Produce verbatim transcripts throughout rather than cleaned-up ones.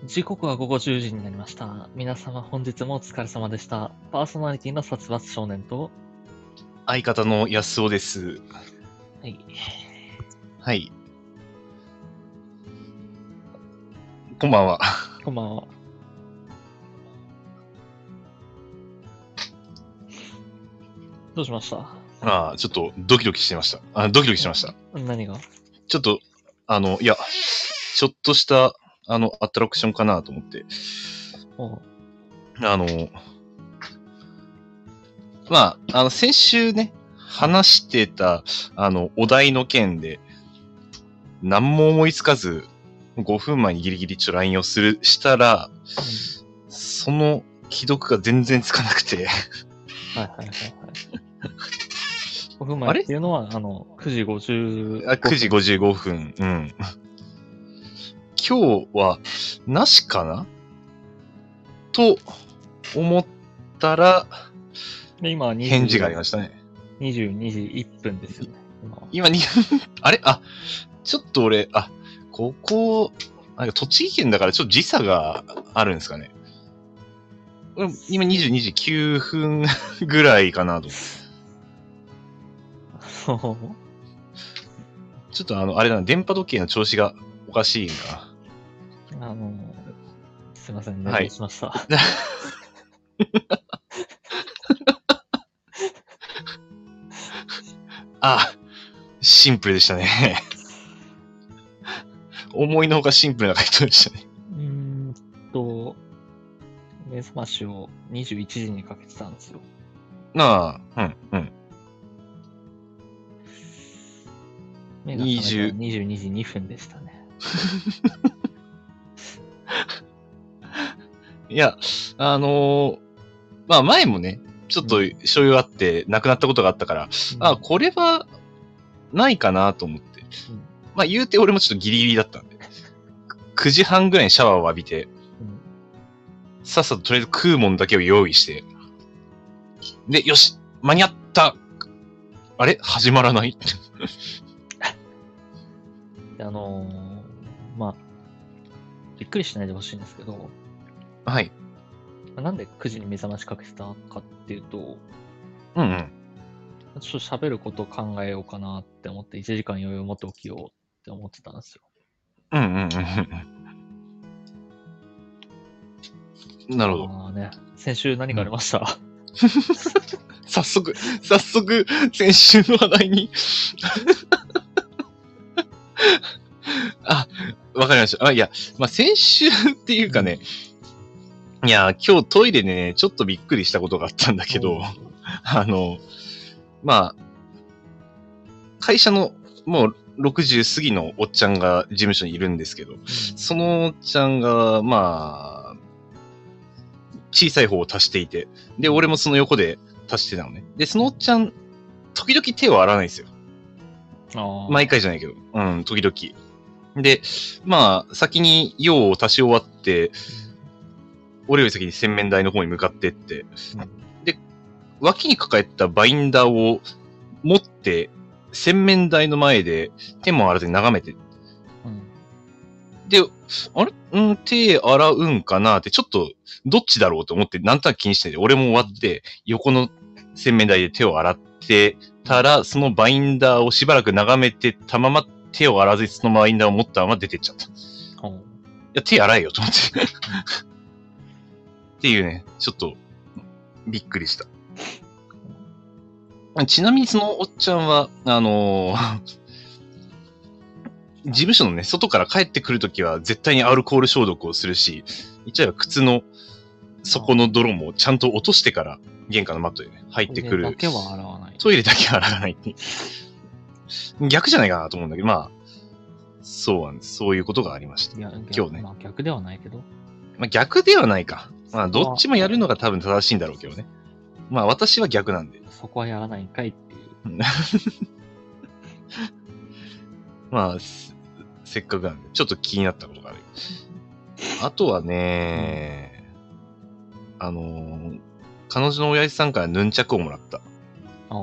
時刻は午後じゅうじになりました。皆様本日もお疲れ様でした。パーソナリティの殺伐少年と、 相方の安尾です。 はい。 はい。こんばんは。 こんばんは。どうしました？ ああ、ちょっとドキドキしてました。あドキドキしました。 何が？ ちょっと、あの、いや、ちょっとした、あの、アトラクションかなと思って。 おうあの、まあ、あの、先週ね、話してた、あの、お題の件で、何も思いつかず、ごふんまえにギリギリちょ ライン をする、したら、その既読が全然つかなくて。 はいはいはいはい。ごふんまえっていうのは、あの、くじごじゅうあくじごじゅうごふん。うん。今日は、なしかなと思ったら、 で、今は返事がありましたね。 にじゅうにじいっぷんですよね。 今に、あれあ、ちょっと俺、あ、ここ、なんか栃木県だからちょっと時差があるんですかね。今にじゅうにじきゅうふんぐらいかなと。ちょっとあの、あれだな、電波時計の調子がおかしいんかな。あの、すいません、寝坊しました。はい、 あ、シンプルでしたね。思いのほかシンプルな回答でしたね。 うーんと、目覚ましをにじゅういちじにかけてたんですよ。 なあ、うん、うん。 目が覚めたらにじゅうにじにふんでしたね。 いや、あのー、まあ前もね、ちょっと所有あって亡くなったことがあったから、うん、あ、これはないかなと思って。うん、まあ言うて俺もちょっとギリギリだったんで。くじはんぐらいにシャワーを浴びて、うん、さっさととりあえず食うもんだけを用意して、で、よし間に合ったあれ始まらないあのー、まあ、びっくりしないでほしいんですけど、 はい。 なんでくじに目覚ましかけてたかっていうと、 うんうん。 ちょっと喋ることを考えようかなって思っていちじかん余裕を持っておきようって思ってたんですよ。 うんうんうん。なるほど。 まあね、先週何かありました、うん、 早速、早速、先週の話題にあ、わかりました。あ、いや、まあ、先週っていうかね、うん、いや、今日トイレでね、ちょっとびっくりしたことがあったんだけど、うん、あの、まあ、会社のもうろくじゅう過ぎのおっちゃんが事務所にいるんですけど、うん、そのおっちゃんが、まあ、小さい方を足していて、で、俺もその横で足してたのね。で、そのおっちゃん、時々手を洗わないんですよ。毎回じゃないけど、うん、時々。で、まあ、先に用を足し終わって、俺より先に洗面台の方に向かってって、で、脇に抱えたバインダーを持って、洗面台の前で手も洗わずに眺めて、うん、で、あれうん、手洗うんかなって、ちょっと、どっちだろうと思って、なんとなく気にしてて、俺も終わって、横の洗面台で手を洗ってたら、そのバインダーをしばらく眺めてたまま、手を洗わずにそのバインダーを持ったまま出てっちゃった。うん、いや、手洗えよと思って。っていうね、ちょっと、びっくりした。ちなみにそのおっちゃんは、あのー、事務所のね、外から帰ってくるときは絶対にアルコール消毒をするし、言っちゃえば靴の底の泥もちゃんと落としてから玄関のマットでね、入ってくる。 トイレだけは洗わない。 トイレだけは洗わないって。逆じゃないかなと思うんだけど、まあ、そうなんです。そういうことがありました。今日ね。 まあ逆ではないけど。 まあ逆ではないか。まあどっちもやるのが多分正しいんだろうけどね。まあ私は逆なんで。 そこはやらないんかいっていう。 まあ、せっかくなんで、ちょっと気になったことがある。あとはね、うん、あのー、彼女の親父さんからヌンチャクをもらった。あ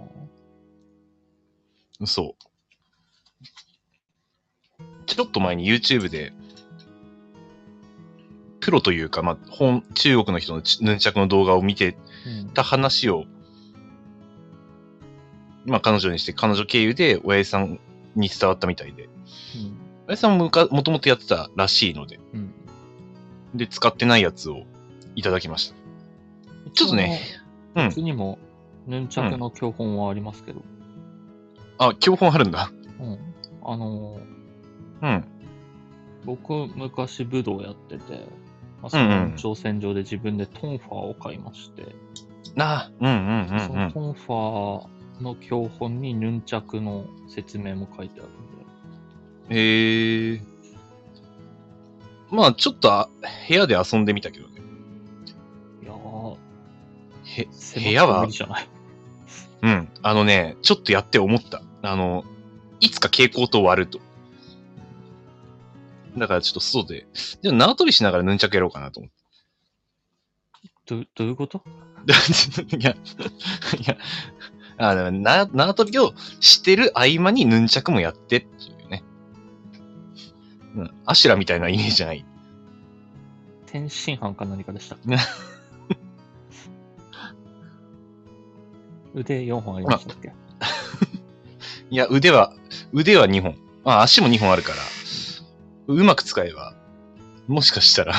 あ。そう。ちょっと前に YouTube で、 プロというか、まあ、本、中国の人のヌンチャクの動画を見てうん。 た話を、まあ、彼女にして、彼女経由で親父さんに伝わったみたいで、 うん。 親父さんもむかもともとやってたらしいので、 うん。 で、使ってないやつをいただきました。ちょっとね、 う。 うんんうちにも、ヌンチャクの教本はありますけど、 あ、教本あるんだ。 うん。あのー、 うん。 僕、昔武道やってて、まあ、そうんうんの挑戦場で自分でトンファーを買いまして、 あ、うんうんうんそうん。 のトンファーの教本にヌンチャクの説明も書いてあるんで、 へえ。まあ、ちょっとあ部屋で遊んでみたけどね。 いやー、 へ、 狭部屋はくて無理、じゃない。 うん。あのね、ちょっとやって思った。あの、いつか蛍光灯割ると。だからちょっと外で。でも縄跳びしながらヌンチャクやろうかなと思って。 どどういうこと？ いや、いや、あのな縄跳びをしてる合間にヌンチャクもやってっていうね。うん。アシュラみたいなイメージじゃない。 天津飯か何かでしたっけ？ ね腕よんほんありましたっけ？ いや、腕は、腕はにほん。あ、足もにほんあるから、うまく使えば、もしかしたら、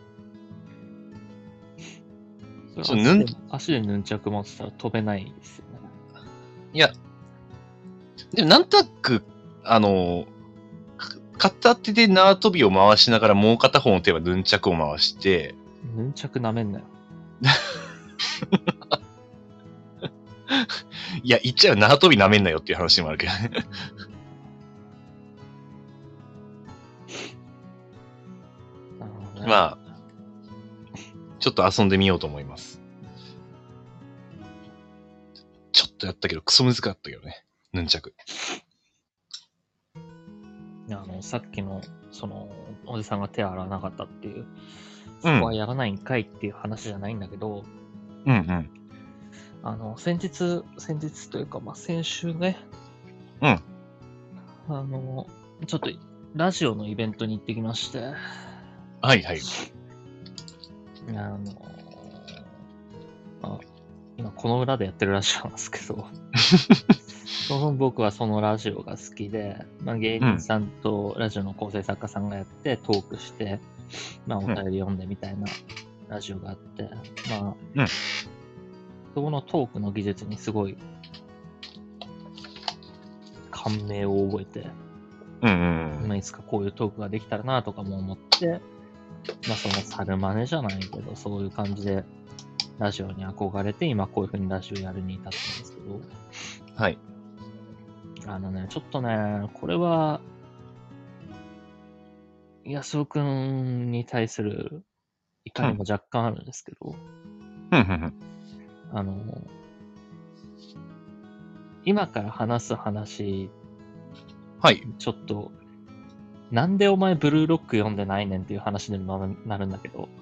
それちょヌン足で足でヌンチャク持ってたら飛べないですよね。 いや、でもなんとなく、あの、か片手で縄跳びを回しながらもう片方の手はヌンチャクを回して、 ヌンチャク舐めんなよ。 いや、言っちゃう縄跳び舐めんなよっていう話もあるけどね。 なるほどね。 まあ、ちょっと遊んでみようと思います。ちょっとやったけど、クソ難かったけどね。ヌンチャク。 あの、さっきの、その、おじさんが手洗わなかったっていう、そこはやらないんかいっていう話じゃないんだけど、 うんうん。 あの、先日、先日というか、まあ、先週ね、 うん。 あの、ちょっと、ラジオのイベントに行ってきまして、 はいはい。 あの、あ今この裏でやってるラジオなんですけど、その僕はそのラジオが好きで、まあ、芸人さんとラジオの構成作家さんがやってトークして、まあ、お便り読んでみたいなラジオがあって、まあ、 うん、 そこのトークの技術にすごい感銘を覚えて、 うんうんうん。 まあ、いつかこういうトークができたらなとかも思って、まあ、その猿真似じゃないけど、そういう感じでラジオに憧れて、今こういう風にラジオやるに至ったんですけど、 はい。 あのね、ちょっとね、これは、安尾くんに対する怒りも若干あるんですけど、 うんうんうん。 あの、今から話す話、 はい。 ちょっと、なんでお前ブルーロック読んでないねんっていう話にもなるんだけど、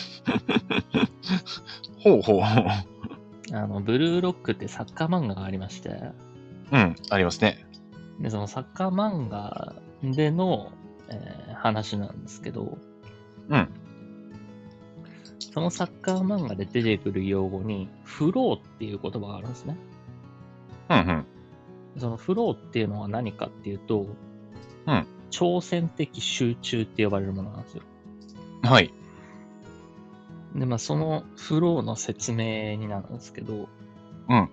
ほうほうほう。 あの、ブルーロックってサッカー漫画がありまして、 うん、ありますね。 で、そのサッカー漫画での、えー話なんですけど、 うん。 そのサッカー漫画で出てくる用語に、フローっていう言葉があるんですね。 うんうん。 そのフローっていうのは何かっていうと、 うん。 挑戦的集中って呼ばれるものなんですよ。 はい。 で、まあ、そのフローの説明になるんですけど、 うん。 あの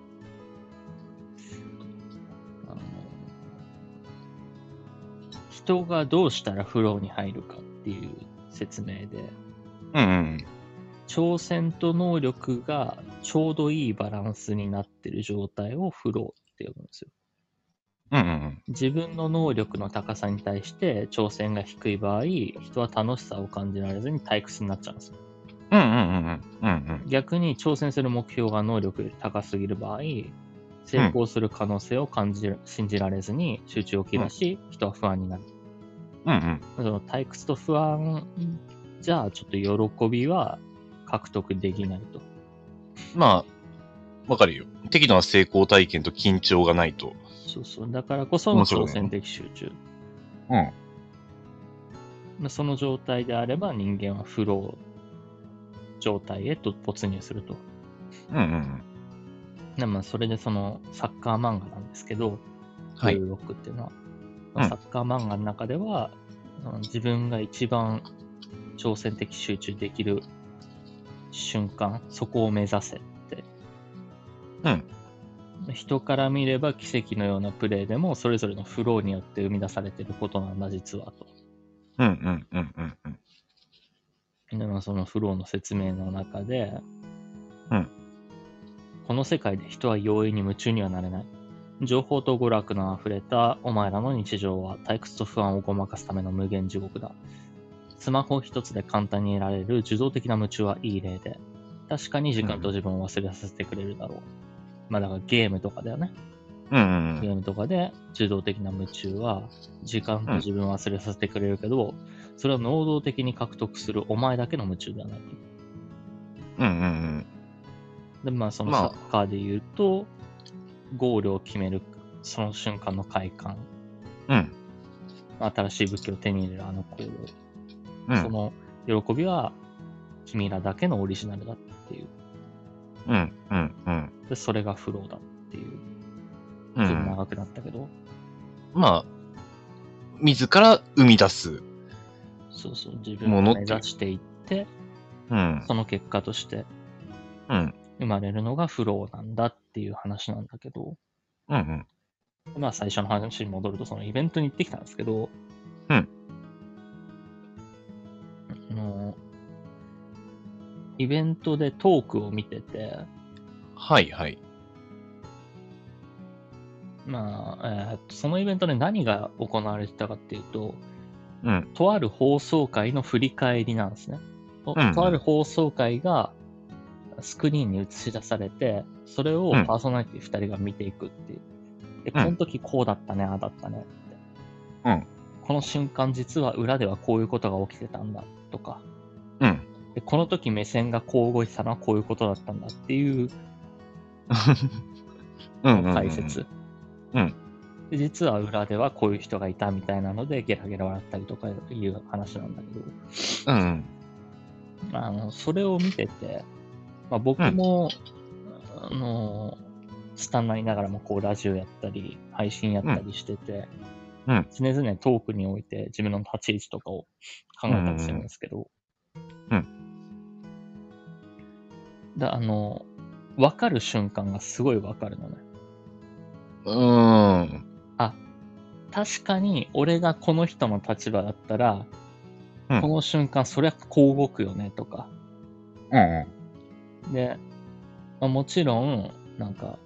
人がどうしたらフローに入るかっていう説明で、 うんうん。 挑戦と能力がちょうどいいバランスになってる状態をフローって呼ぶんですよ。 うんうんうん。 自分の能力の高さに対して挑戦が低い場合、人は楽しさを感じられずに退屈になっちゃうんですよ。 うんうんうんうん。うんうん。 逆に挑戦する目標が能力より高すぎる場合、成功する可能性を感じる、信じられずに集中を切らし、人は不安になる。 うんうん。 その退屈と不安じゃあちょっと喜びは獲得できないと。 まあ、わかるよ。適度な成功体験と緊張がないと。 そうそう。だからこその挑戦的集中。 うん。 まあその状態であれば人間はフロー状態へと没入すると。 うんうんうん。 でまあそれでそのサッカー漫画なんですけど、ブはい。 ルーロックっていうのは。まあうんサッカー漫画の中では、その自分が一番挑戦的集中できる瞬間、そこを目指せって。 うん。 人から見れば奇跡のようなプレーでも、それぞれのフローによって生み出されていることなんだ、実はと。 うんうんうんうんうん。 で、まあ、そのフローの説明の中で、 うん。 この世界で人は容易に夢中にはなれない。情報と娯楽の溢れたお前らの日常は退屈と不安をごまかすための無限地獄だ。スマホ一つで簡単に得られる受動的な夢中はいい例で、確かに時間と自分を忘れさせてくれるだろう。まあだからゲームとかだよね。 うんうんゲームとかで受動的な夢中は時間と自分を忘れさせてくれるけど、それは能動的に獲得するお前だけの夢中ではない。 うんうんうんで、まあそのまあサッカーで言うと、ゴールを決めるその瞬間の快感、 うん新しい武器を手に入れるあの行動、 うんその喜びは君らだけのオリジナルだっていう。 うんうんうんで、それがフローだっていう。 うちょっとん。 長くなったけど、 まあ、自ら生み出す。 そうそう、自分を目ものっていう指していって、 うん。 その結果としてうん。 生まれるのがフローなんだっていう話なんだけど、 うんうん。 まあ最初の話に戻ると、そのイベントに行ってきたんですけど、 うんあの、イベントでトークを見てて、 はいはい。 まあ、えーっと、そのイベントで何が行われてたかっていうと、 うん。 とある放送回の振り返りなんですね。とうんうんとある放送回がスクリーンに映し出されて、それをうんパーソナリティふたりが見ていくっていう。で、 うんこの時こうだったね、ああだったねって。 うんこの瞬間実は裏ではこういうことが起きてたんだとか。 うん。 で、この時目線がこう動いてたのはこういうことだったんだっていううんうんうん。 解説。 うんで、実は裏ではこういう人がいたみたいなので、ゲラゲラ笑ったりとかいう話なんだけど、 うんうん。 あの、それを見てて、まあ、僕も、あの、スタンナーいながらもこうラジオやったり、配信やったりしてて、 うん常々トークにおいて自分の立ち位置とかを考えたりするんですけど、 うんだあの、分かる瞬間がすごい分かるのね。 うーん。 あ、確かに俺がこの人の立場だったら、 うんこの瞬間そりゃこう動くよねとか。 うんで、まあ、もちろん、なんか、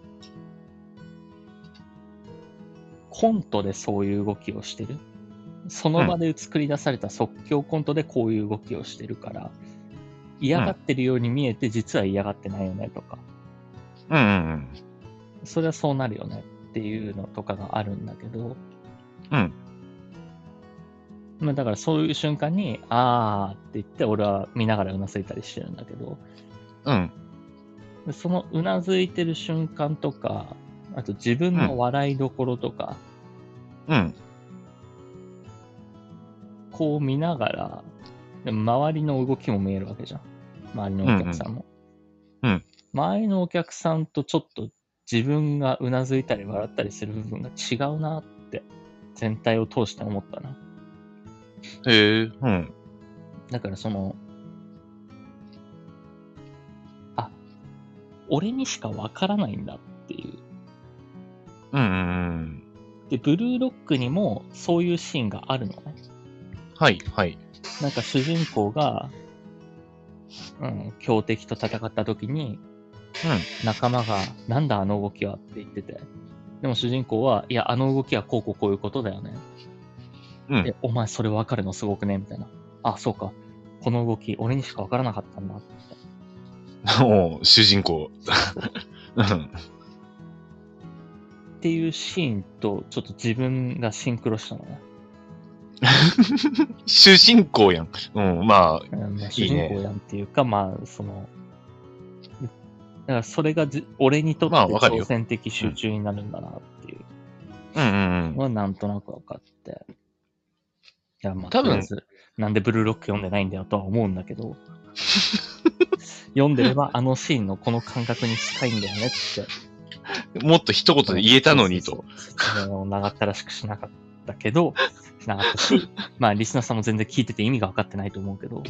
コントでそういう動きをしてる。その場で作り出された即興コントでこういう動きをしてるから、嫌がってるように見えて実は嫌がってないよねとか、 うんうんそれはそうなるよねっていうのとかがあるんだけど、 うん。 まあだからそういう瞬間に、あーって言って俺は見ながらうなずいたりしてるんだけど、 うんでそのうなずいてる瞬間とか、あと自分の笑いどころとか、 うんこう見ながら、でも周りの動きも見えるわけじゃん。周りのお客さんも。 うんうん周りのお客さんとちょっと自分がうなずいたり笑ったりする部分が違うなって全体を通して思ったな。 へえ。うんだからその、あ、俺にしかわからないんだっていう。 うんうん。 で、ブルーロックにもそういうシーンがあるのね。 はいはい。 なんか主人公が、うん、強敵と戦った時に、仲間が、なんだあの動きはって言ってて。でも主人公は、いや、あの動きはこうこうこういうことだよね。 うん。 え、お前それ分かるのすごくねみたいな。あ、そうか。この動き、俺にしか分からなかったんだって。 おう主人公。うんっていうシーンと、ちょっと自分がシンクロしたのね。 主人公やん。うん、まあ、 うんまあ、主人公やんっていうか、まあ、その、だからそれがじ俺にとってまあわかるよ挑戦的集中になるんだなっていううんうんうん。 のはなんとなく分かって。 や、まあ、 多分とりあえず、なんでブルーロック読んでないんだよとは思うんだけど、読んでればあのシーンのこの感覚に近いんだよねって。 もっと一言で言えたのにと。 そうそうそう説明を長ったらしくしなかったけど、しなかったし、まあ、リスナーさんも全然聞いてて意味が分かってないと思うけど、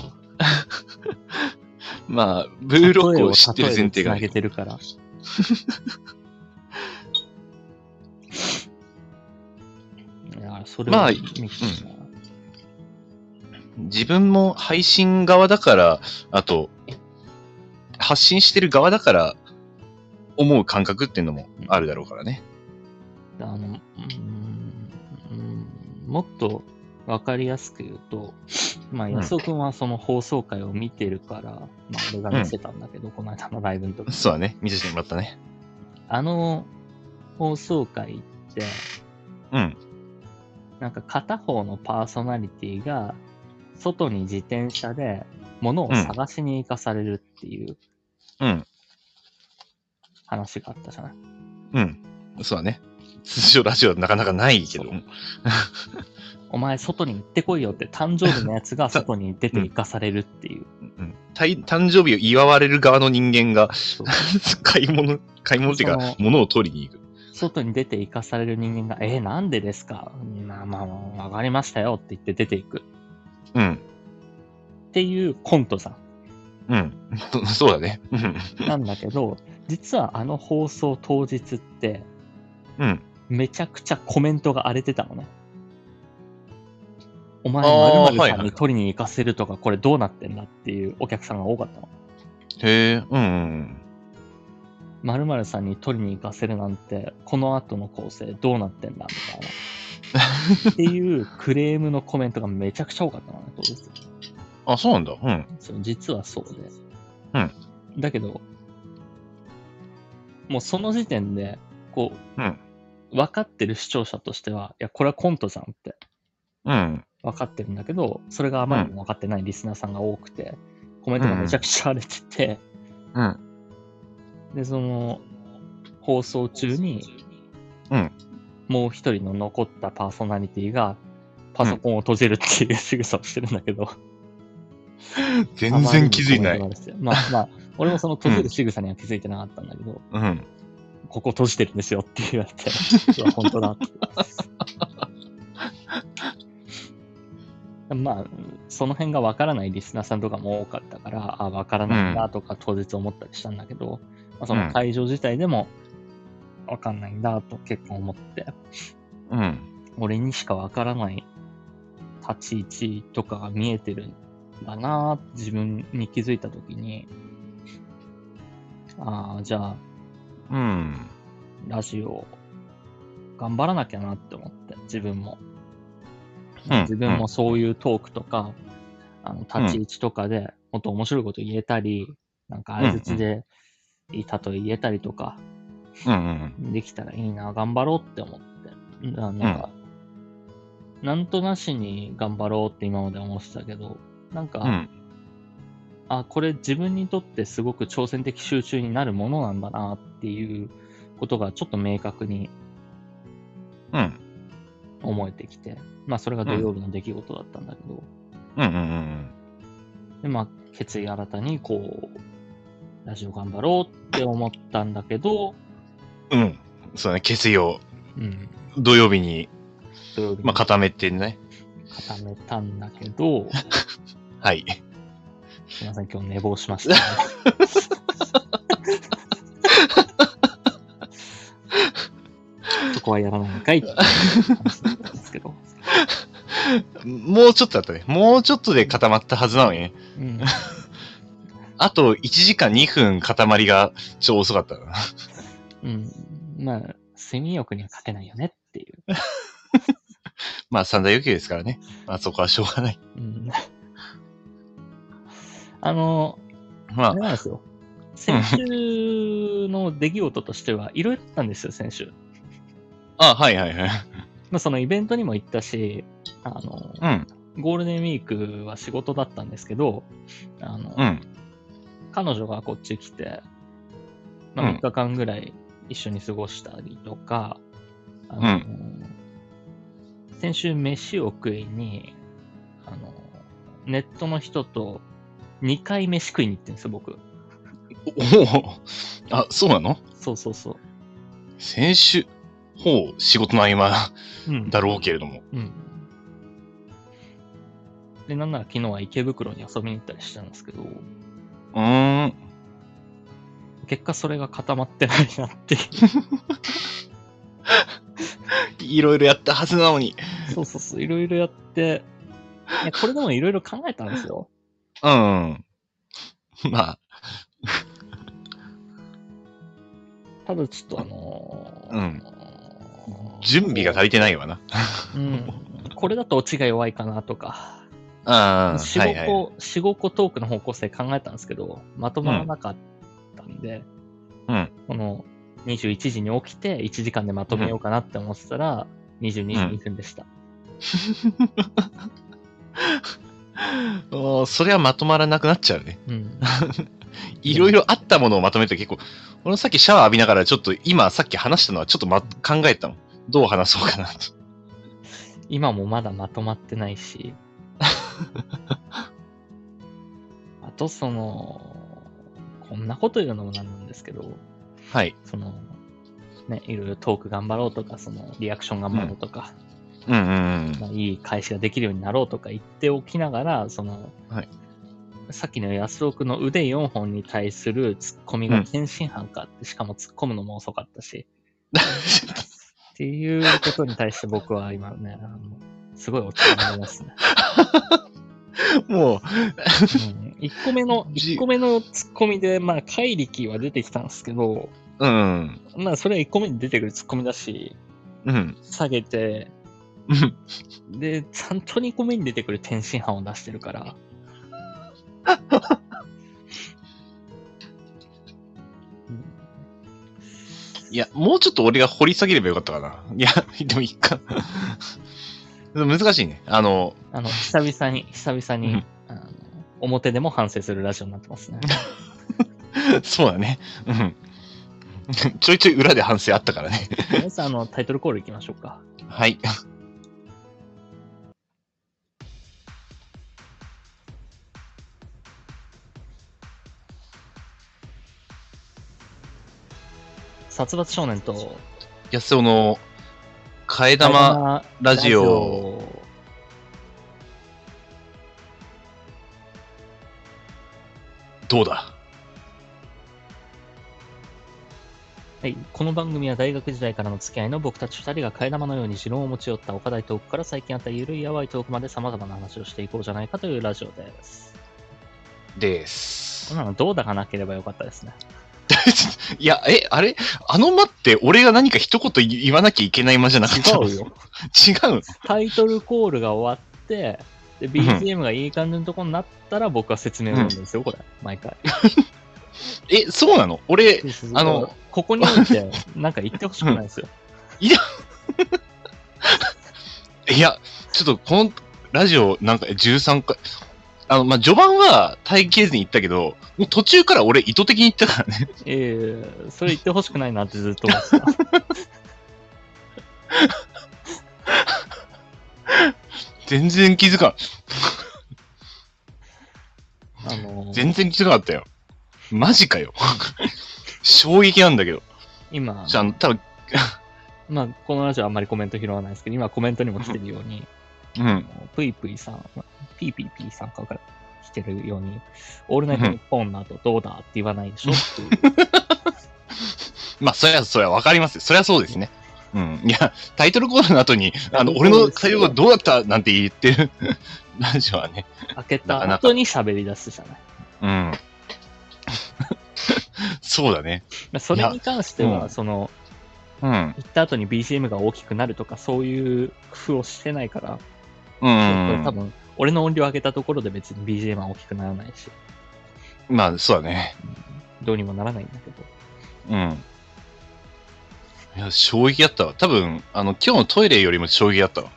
まあ、ブルーロックを知ってる前提がつなげてるから。いや、それまあを見てな、 自分も配信側だから、あと、発信してる側だから思う感覚っていうのもあるだろうからね。 あの、うーん、もっとわかりやすく言うと、まあ、安尾くんはその放送回を見てるから、まあ、俺が見せたんだけど、うん、この間のライブの時。 そうだね。見せてもらったね。 あの放送回って、 うん。 なんか片方のパーソナリティが、外に自転車で物を探しに行かされるっていう話があったじゃない。 うん。うん、そうだね。通常ラジオはなかなかないけど。 お前外に行ってこいよって誕生日のやつが外に出て行かされるっていう。 うんうん、誕生日を祝われる側の人間が買い物、買い物っていうか物を取りに行く。 外に出て行かされる人間が、えー、なんでですか、まあまあまあ、わかりましたよって言って出ていく。 うん。 っていうコントさ。 うん。そうだね。 なんだけど、実はあの放送当日って、 うん。 めちゃくちゃコメントが荒れてたのね。お前、〇〇さんに取りに行かせるとか、これどうなってんだっていうお客さんが多かったの。 へえ、うん。 〇〇さんに取りに行かせるなんて、この後の構成どうなってんだみたいな。っていうクレームのコメントがめちゃくちゃ多かったのね、当日。 あ、そうなんだ。うん。 そう、実はそうで。 うん。 だけど、もうその時点で、こう、うん、分かってる視聴者としては、いや、これはコントじゃんって。 うん。 分かってるんだけど、それがあまりにも分かってないリスナーさんが多くて、コメントがめちゃくちゃ荒れてて、 うん。 で、その、放送中に、 うん。 もう一人の残ったパーソナリティが、パソコンを閉じるっていう仕草をしてるんだけど、 うん、全然気づいない。 まあまあ、俺もその閉じる仕草には気づいてなかったんだけど、 うん。 ここ閉じてるんですよって言われて、いや、本当だって。まあ、その辺がわからないリスナーさんとかも多かったから、あ、わからないなとか当日思ったりしたんだけど、うん、まあ、その会場自体でもわかんないんだと結構思って、 うん、 俺にしかわからない立ち位置とかが見えてるんだなって自分に気づいたときに、ああ、じゃあ、 うん、 ラジオ頑張らなきゃなって思って、自分も。 うん、 自分もそういうトークとか、あの立ち位置とかでもっと面白いこと言えたり、なんか相槌でいい例え言えたりとか、 うんうん、 できたらいいな、頑張ろうって思って。なんか、うん、なんとなしに頑張ろうって今まで思ってたけど、なんか、うん、あ、これ自分にとってすごく挑戦的集中になるものなんだなっていうことがちょっと明確に思えてきて、まあそれが土曜日の出来事だったんだけど、 うんうんうん、 でまあ決意新たにこう、ラジオ頑張ろうって思ったんだけど、 うん、そうね、決意を土曜日に、 土曜日にまあ固めてね。 固めたんだけど、 はい。 すみません、今日寝坊しました、ね。そこはやらないのかいって話だったんですけど。 もうちょっとだったね。もうちょっとで固まったはずなのにね。うん、あといちじかんにふん固まりが超遅かったな。 うん。まあ、睡眠欲には勝てないよねっていう。 まあ三大欲求ですからね。まあそこはしょうがない。うん、 あの、まあ、あれなんですよ。先週の出来事としてはいろいろあったんですよ、先週。 あ、はいはいはい。 まあそのイベントにも行ったし、あの、うん、ゴールデンウィークは仕事だったんですけど、あの、うん、彼女がこっち来て、まあ、みっかかんぐらい一緒に過ごしたりとか、うん、あの、うん、先週飯を食いに、 ネットの人とにかい飯食いに行ってるんですよ、僕。 おお。あ、そうなの？ そうそうそう。 先週、ほう、仕事の合間うん。 だろうけれども。 うん。で、なんなら昨日は池袋に遊びに行ったりしたんですけど、 うーん。 結果それが固まってないなっていう。 いろいろやったはずなのに。 そうそうそう、いろいろやって、いや、これでもいろいろ考えたんですよ。 うん。まあ。 ただちょっとあのー、うん。準備が足りてないわな。 うん。これだとオチが弱いかなとか。 ああ、 よん、ごこ、 はいはい、 よん、ごこトークの方向性考えたんですけど、まとまらなかったんで、 うん。 このにじゅういちじに起きていちじかんでまとめようかなって思ってたら、にじゅうにじにふんでした。 おそれはまとまらなくなっちゃうね。 うん。 いろいろあったものをまとめて結構、俺さっきシャワー浴びながらちょっと今さっき話したのはちょっと、ま、考えたの。どう話そうかなと。 今もまだまとまってないし。あとその、こんなこと言うのもなんなんですけど、 はい。 その、ね、いろいろトーク頑張ろうとか、そのリアクション頑張ろうとか、 うんうんうん。 まあ、いい返しができるようになろうとか言っておきながら、その、 はい、 さっきの安尾くんの腕よんほんに対するツッコミが天津飯かって、うん、しかも突っ込むのも遅かったし。っていうことに対して僕は今ね、あのすごい落ち込んでますね。 もう、うん、 いっこめの、いっこめのツッコミで、まあ、怪力は出てきたんですけど、 うん。 まあ、それはいっこめに出てくるツッコミだし、 うん。 下げて、で、ちゃんとにこめに出てくる天津飯を出してるから。 いや、もうちょっと俺が掘り下げればよかったかな。いや、でもいいか。難しいね。あの、 あの、久々に、久々に、うん、あの表でも反省するラジオになってますね。 そうだね。うん。ちょいちょい裏で反省あったからね。 皆さん、あの、タイトルコールいきましょうか。 はい。 殺伐少年と安尾の替え玉ラジオ。どうだ？ はい。この番組は大学時代からの付き合いの僕たち二人が替え玉のように持論を持ち寄った岡大トークから最近あったゆるいやわいトークまで様々な話をしていこうじゃないかというラジオです。 です。 こんなのどうだかなければよかったですね。 いや、え、あれあの間って俺が何か一言言わなきゃいけない間じゃなかったの？ 違うよ。 違う。 タイトルコールが終わって、で、ビージーエム がいい感じのとこになったら僕は説明を読むんですよ、うん、これ。毎回。 え、そうなの？俺、あの、 ここにおいて、なんか言ってほしくないですよ。 いや、いや、ちょっとこのラジオなんかじゅうさんかい、あの、まあ、序盤は待機ずに言ったけど、もう途中から俺意図的に言ったからね。 ええー、それ言ってほしくないなってずっと思ってた。 全然気づかん。 あのー、 全然気づかなかったよ。マジかよ。衝撃なんだけど。 今、 じゃあ、多分まあ、このラジオはあんまりコメント拾わないですけど、今コメントにも来てるように、 うん。 ぷいぷいさん、ピーピーピーさんから来てるように、オールナイトニッポンの後どうだって言わないでしょっていう。 まあ、そりゃ、そりゃわかりますよ。そりゃそうですね。うん。いや、タイトルコールの後に、あの、俺の会話がどうだったなんて言ってるラジオはね。 開けた後に喋り出すじゃない。 うん。そうだね。 それに関しては、その、 うん。 行った後に ビージーエム が大きくなるとか、そういう工夫をしてないから、 うん。 多分、俺の音量上げたところで別に ビージーエム は大きくならないし。 まあ、そうだね。 どうにもならないんだけど。 うん。いや、衝撃だったわ。多分、あの、今日のトイレよりも衝撃だったわ。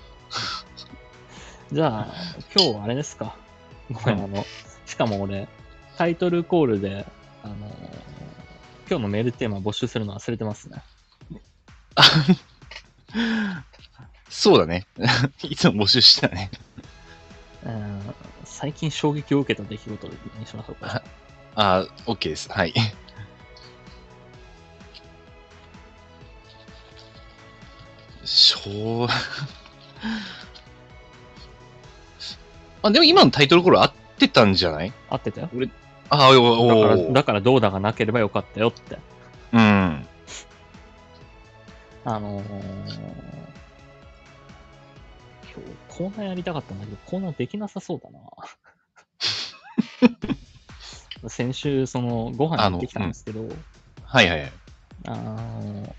じゃあ、今日はあれですか。ごめん、うん、あの、しかも俺、タイトルコールで、あのー、今日のメールテーマ募集するの忘れてますね。 そうだね。いつも募集してたね。 うん、 最近衝撃を受けた出来事にしましょうか。 あ、OK です。はい。小あ、でも今のタイトルコール合ってたんじゃない？ 合ってたよ。 俺、あ、おおだから、だからどうだがなければよかったよって。 うん。 あのー、今日コーナーやりたかったんだけど、コーナーできなさそうだな。先週、その、ご飯行ってきたんですけど、 はいはいはい。 あの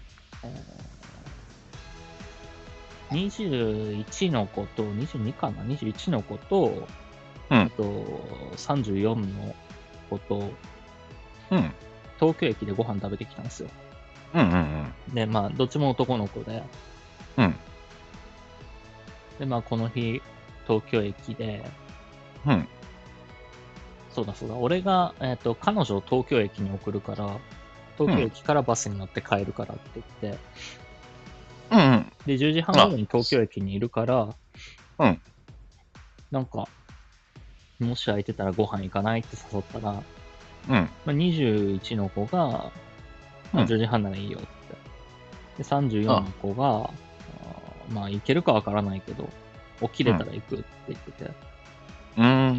ー、にじゅういちの子と、にじゅうにかな ?にじゅういち の子と、 うんあとさんじゅうよんの子と、 うん。 東京駅でご飯食べてきたんですよ。 うんうんうん。 で、まあ、どっちも男の子で、 うん。 で、まあ、この日、東京駅で、 うん。 そうだそうだ、俺が、えっと、彼女を東京駅に送るから、東京駅からバスに乗って帰るからって言って、 うんうん。 で、じゅうじはん頃に東京駅にいるから、 うん。 なんか、もし空いてたらご飯行かないって誘ったら、 うん。 まあ、にじゅういちの子が、まあ、じゅうじはんならいいよって。で、さんじゅうよんの子が、あまあ、行けるかわからないけど、起きれたら行くって言ってて。 うん。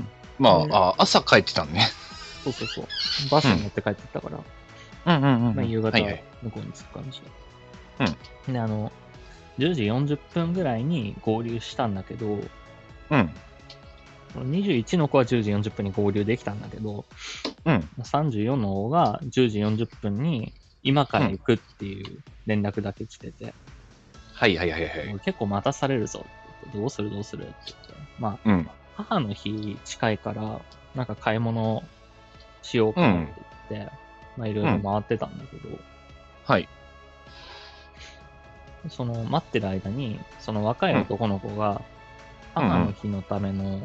まであ、あ、朝帰ってたんね。 そうそうそう。バスに乗って帰ってったから、 うんうんうん。 まあ、夕方はいはい。 向こうに着く感じで。うん。で、あの、じゅうじよんじゅっぷんぐらいに合流したんだけど、 うん。 にじゅういちの子はじゅうじよんじゅっぷんに合流できたんだけど、 うん。 さんじゅうよんの方がじゅうじよんじゅっぷんに今から行くっていう連絡だけ来てて、 はいはいはいはい。 俺結構待たされるぞって言って、どうするどうするって言って、まあ、 うん。 母の日近いから、なんか買い物しようかなって言って、まあいろいろ回ってたんだけど、 はい。 その待ってる間に、その若い男の子が、母の日のための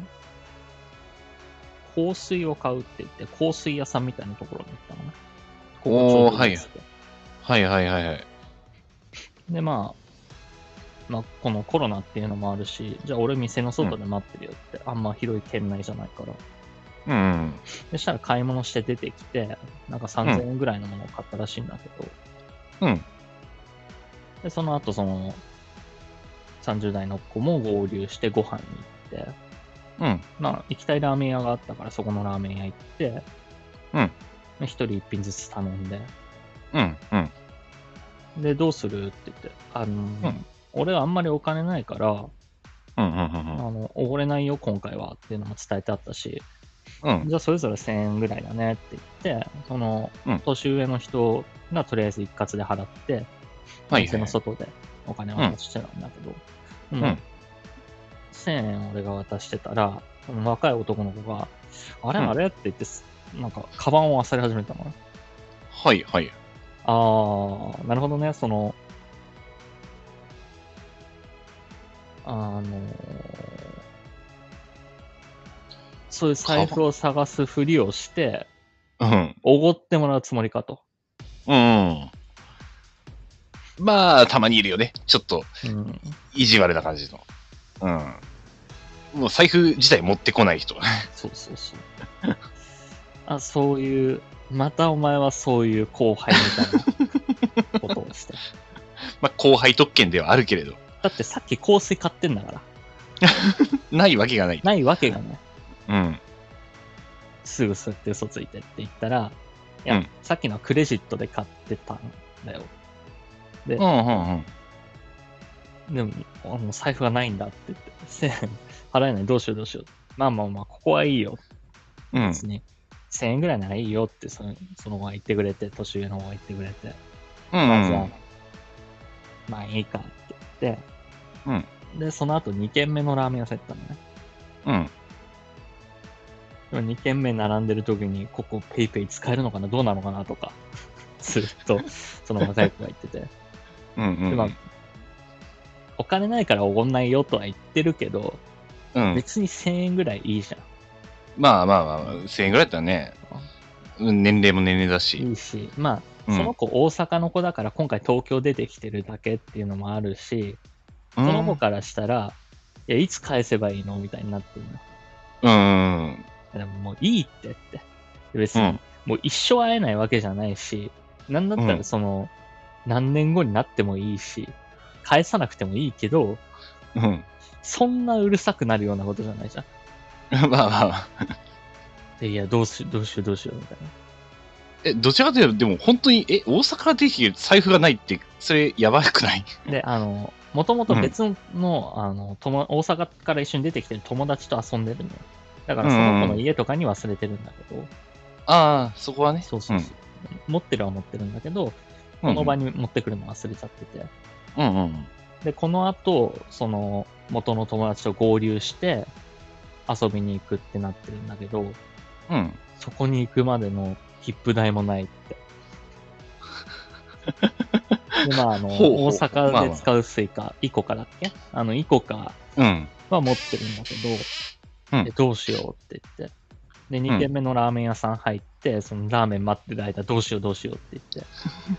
香水を買うって言って、香水屋さんみたいなところに行ったのね。ここちょうどいいっつって。 はいはいはいはい。 で、まあ、まあ、このコロナっていうのもあるし、じゃあ俺店の外で待ってるよって、あんま広い県内じゃないから。 うんうん。 そしたら買い物して出てきて、なんかさんぜんえんぐらいのものを買ったらしいんだけど、 うん。 で、その後そのさんじゅう代の子も合流してご飯に行って、 うん。 まあ行きたいラーメン屋があったからそこのラーメン屋行って、 うん。 一人一品ずつ頼んで、 うん。うん。 で、どうするって言って、あの、 うん俺はあんまりお金ないから、 うん。うん。うん。 あの、おごれないよ、今回はっていうのも伝えてあったし、 うん。 じゃあそれぞれせんえんぐらいだねって言って、そのうん、 年上の人がとりあえず一括で払って、 はい店の外でお金を渡してたんだけど、 うん。 もうせんえん俺が渡してたら、その若い男の子が、あれうんあれって言って、なんか、カバンを漁り始めたのね。 はいはい。 あー、なるほどね、その、あのーそういう財布を探すふりをして、 うん。 おごってもらうつもりかと。 うん。まあ、たまにいるよね。ちょっと、 うん。 意地悪な感じの。うん。もう財布自体持ってこない人。 そうそうそう。あ、そういう、またお前はそういう後輩みたいなことをして。 まあ、後輩特権ではあるけれど。 だってさっき香水買ってんだから。 ないわけがない。 ないわけがない。 うん。 すぐそうやって嘘ついてって言ったら、いや、 うんさっきのはクレジットで買ってたんだよ。で、 うんうんうん。 でも、あの財布がないんだって言って、せんえん払えない、どうしようどうしよう。まあまあまあ、ここはいいよ。 うん。 別に、せんえんぐらいならいいよってその、その子が言ってくれて、年上の方が言ってくれて、 うん。 まあじゃあ、まあいいかって言って、 うん。 で、その後に軒目のラーメン屋さん行ったのね。 うん。 でもに軒目並んでる時に、ここペイペイ使えるのかなどうなのかなとか、ずっと、その若い子が言ってて。 うんうん。 で、まあ、お金ないからおごんないよとは言ってるけど、 うん。 別にせんえんぐらいいいじゃん。 まあまあまあ、せんえんぐらいだったらね、うん年齢も年齢だし。 いいし、まあ、 うんその子大阪の子だから今回東京出てきてるだけっていうのもあるし、 うんその子からしたら、いや、いつ返せばいいのみたいになってるの。 うん。 でももういいってって。別に、 うん。 もう一生会えないわけじゃないし、なんだったらうん。 その、何年後になってもいいし、返さなくてもいいけど、 うん。 そんなうるさくなるようなことじゃないじゃん。 まあまあまあ。 で、いや、どうしよう、どうしよう、どうしよう、みたいな。 え、どちらかというと、でも本当に、え、大阪から出てきて財布がないって、それやばくない？ で、あの、もともとうん。 別の、あの、友大阪から一緒に出てきてる友達と遊んでるのよ。だかうんらその子のうん。 家とかに忘れてるんだけど、 ああ、そこはね。うん。 そうそうそう。持ってるは持ってるんだけど、この場うんうん。 に持ってくるの忘れちゃってて。 うんうん。 で、この後、その、元の友達と合流して遊びに行くってなってるんだけど、 うん。 そこに行くまでの切符代もないって。で、まあ、あの、大ほうほう。まあまあ。 阪で使うスイカ、イコカだっけあの、イコカうん。 は持ってるんだけど、え、 うん。 どうしようって言って。で、2 うん。 軒目のラーメン屋さん入って、そのラーメン待ってる間、どうしようどうしようって言って。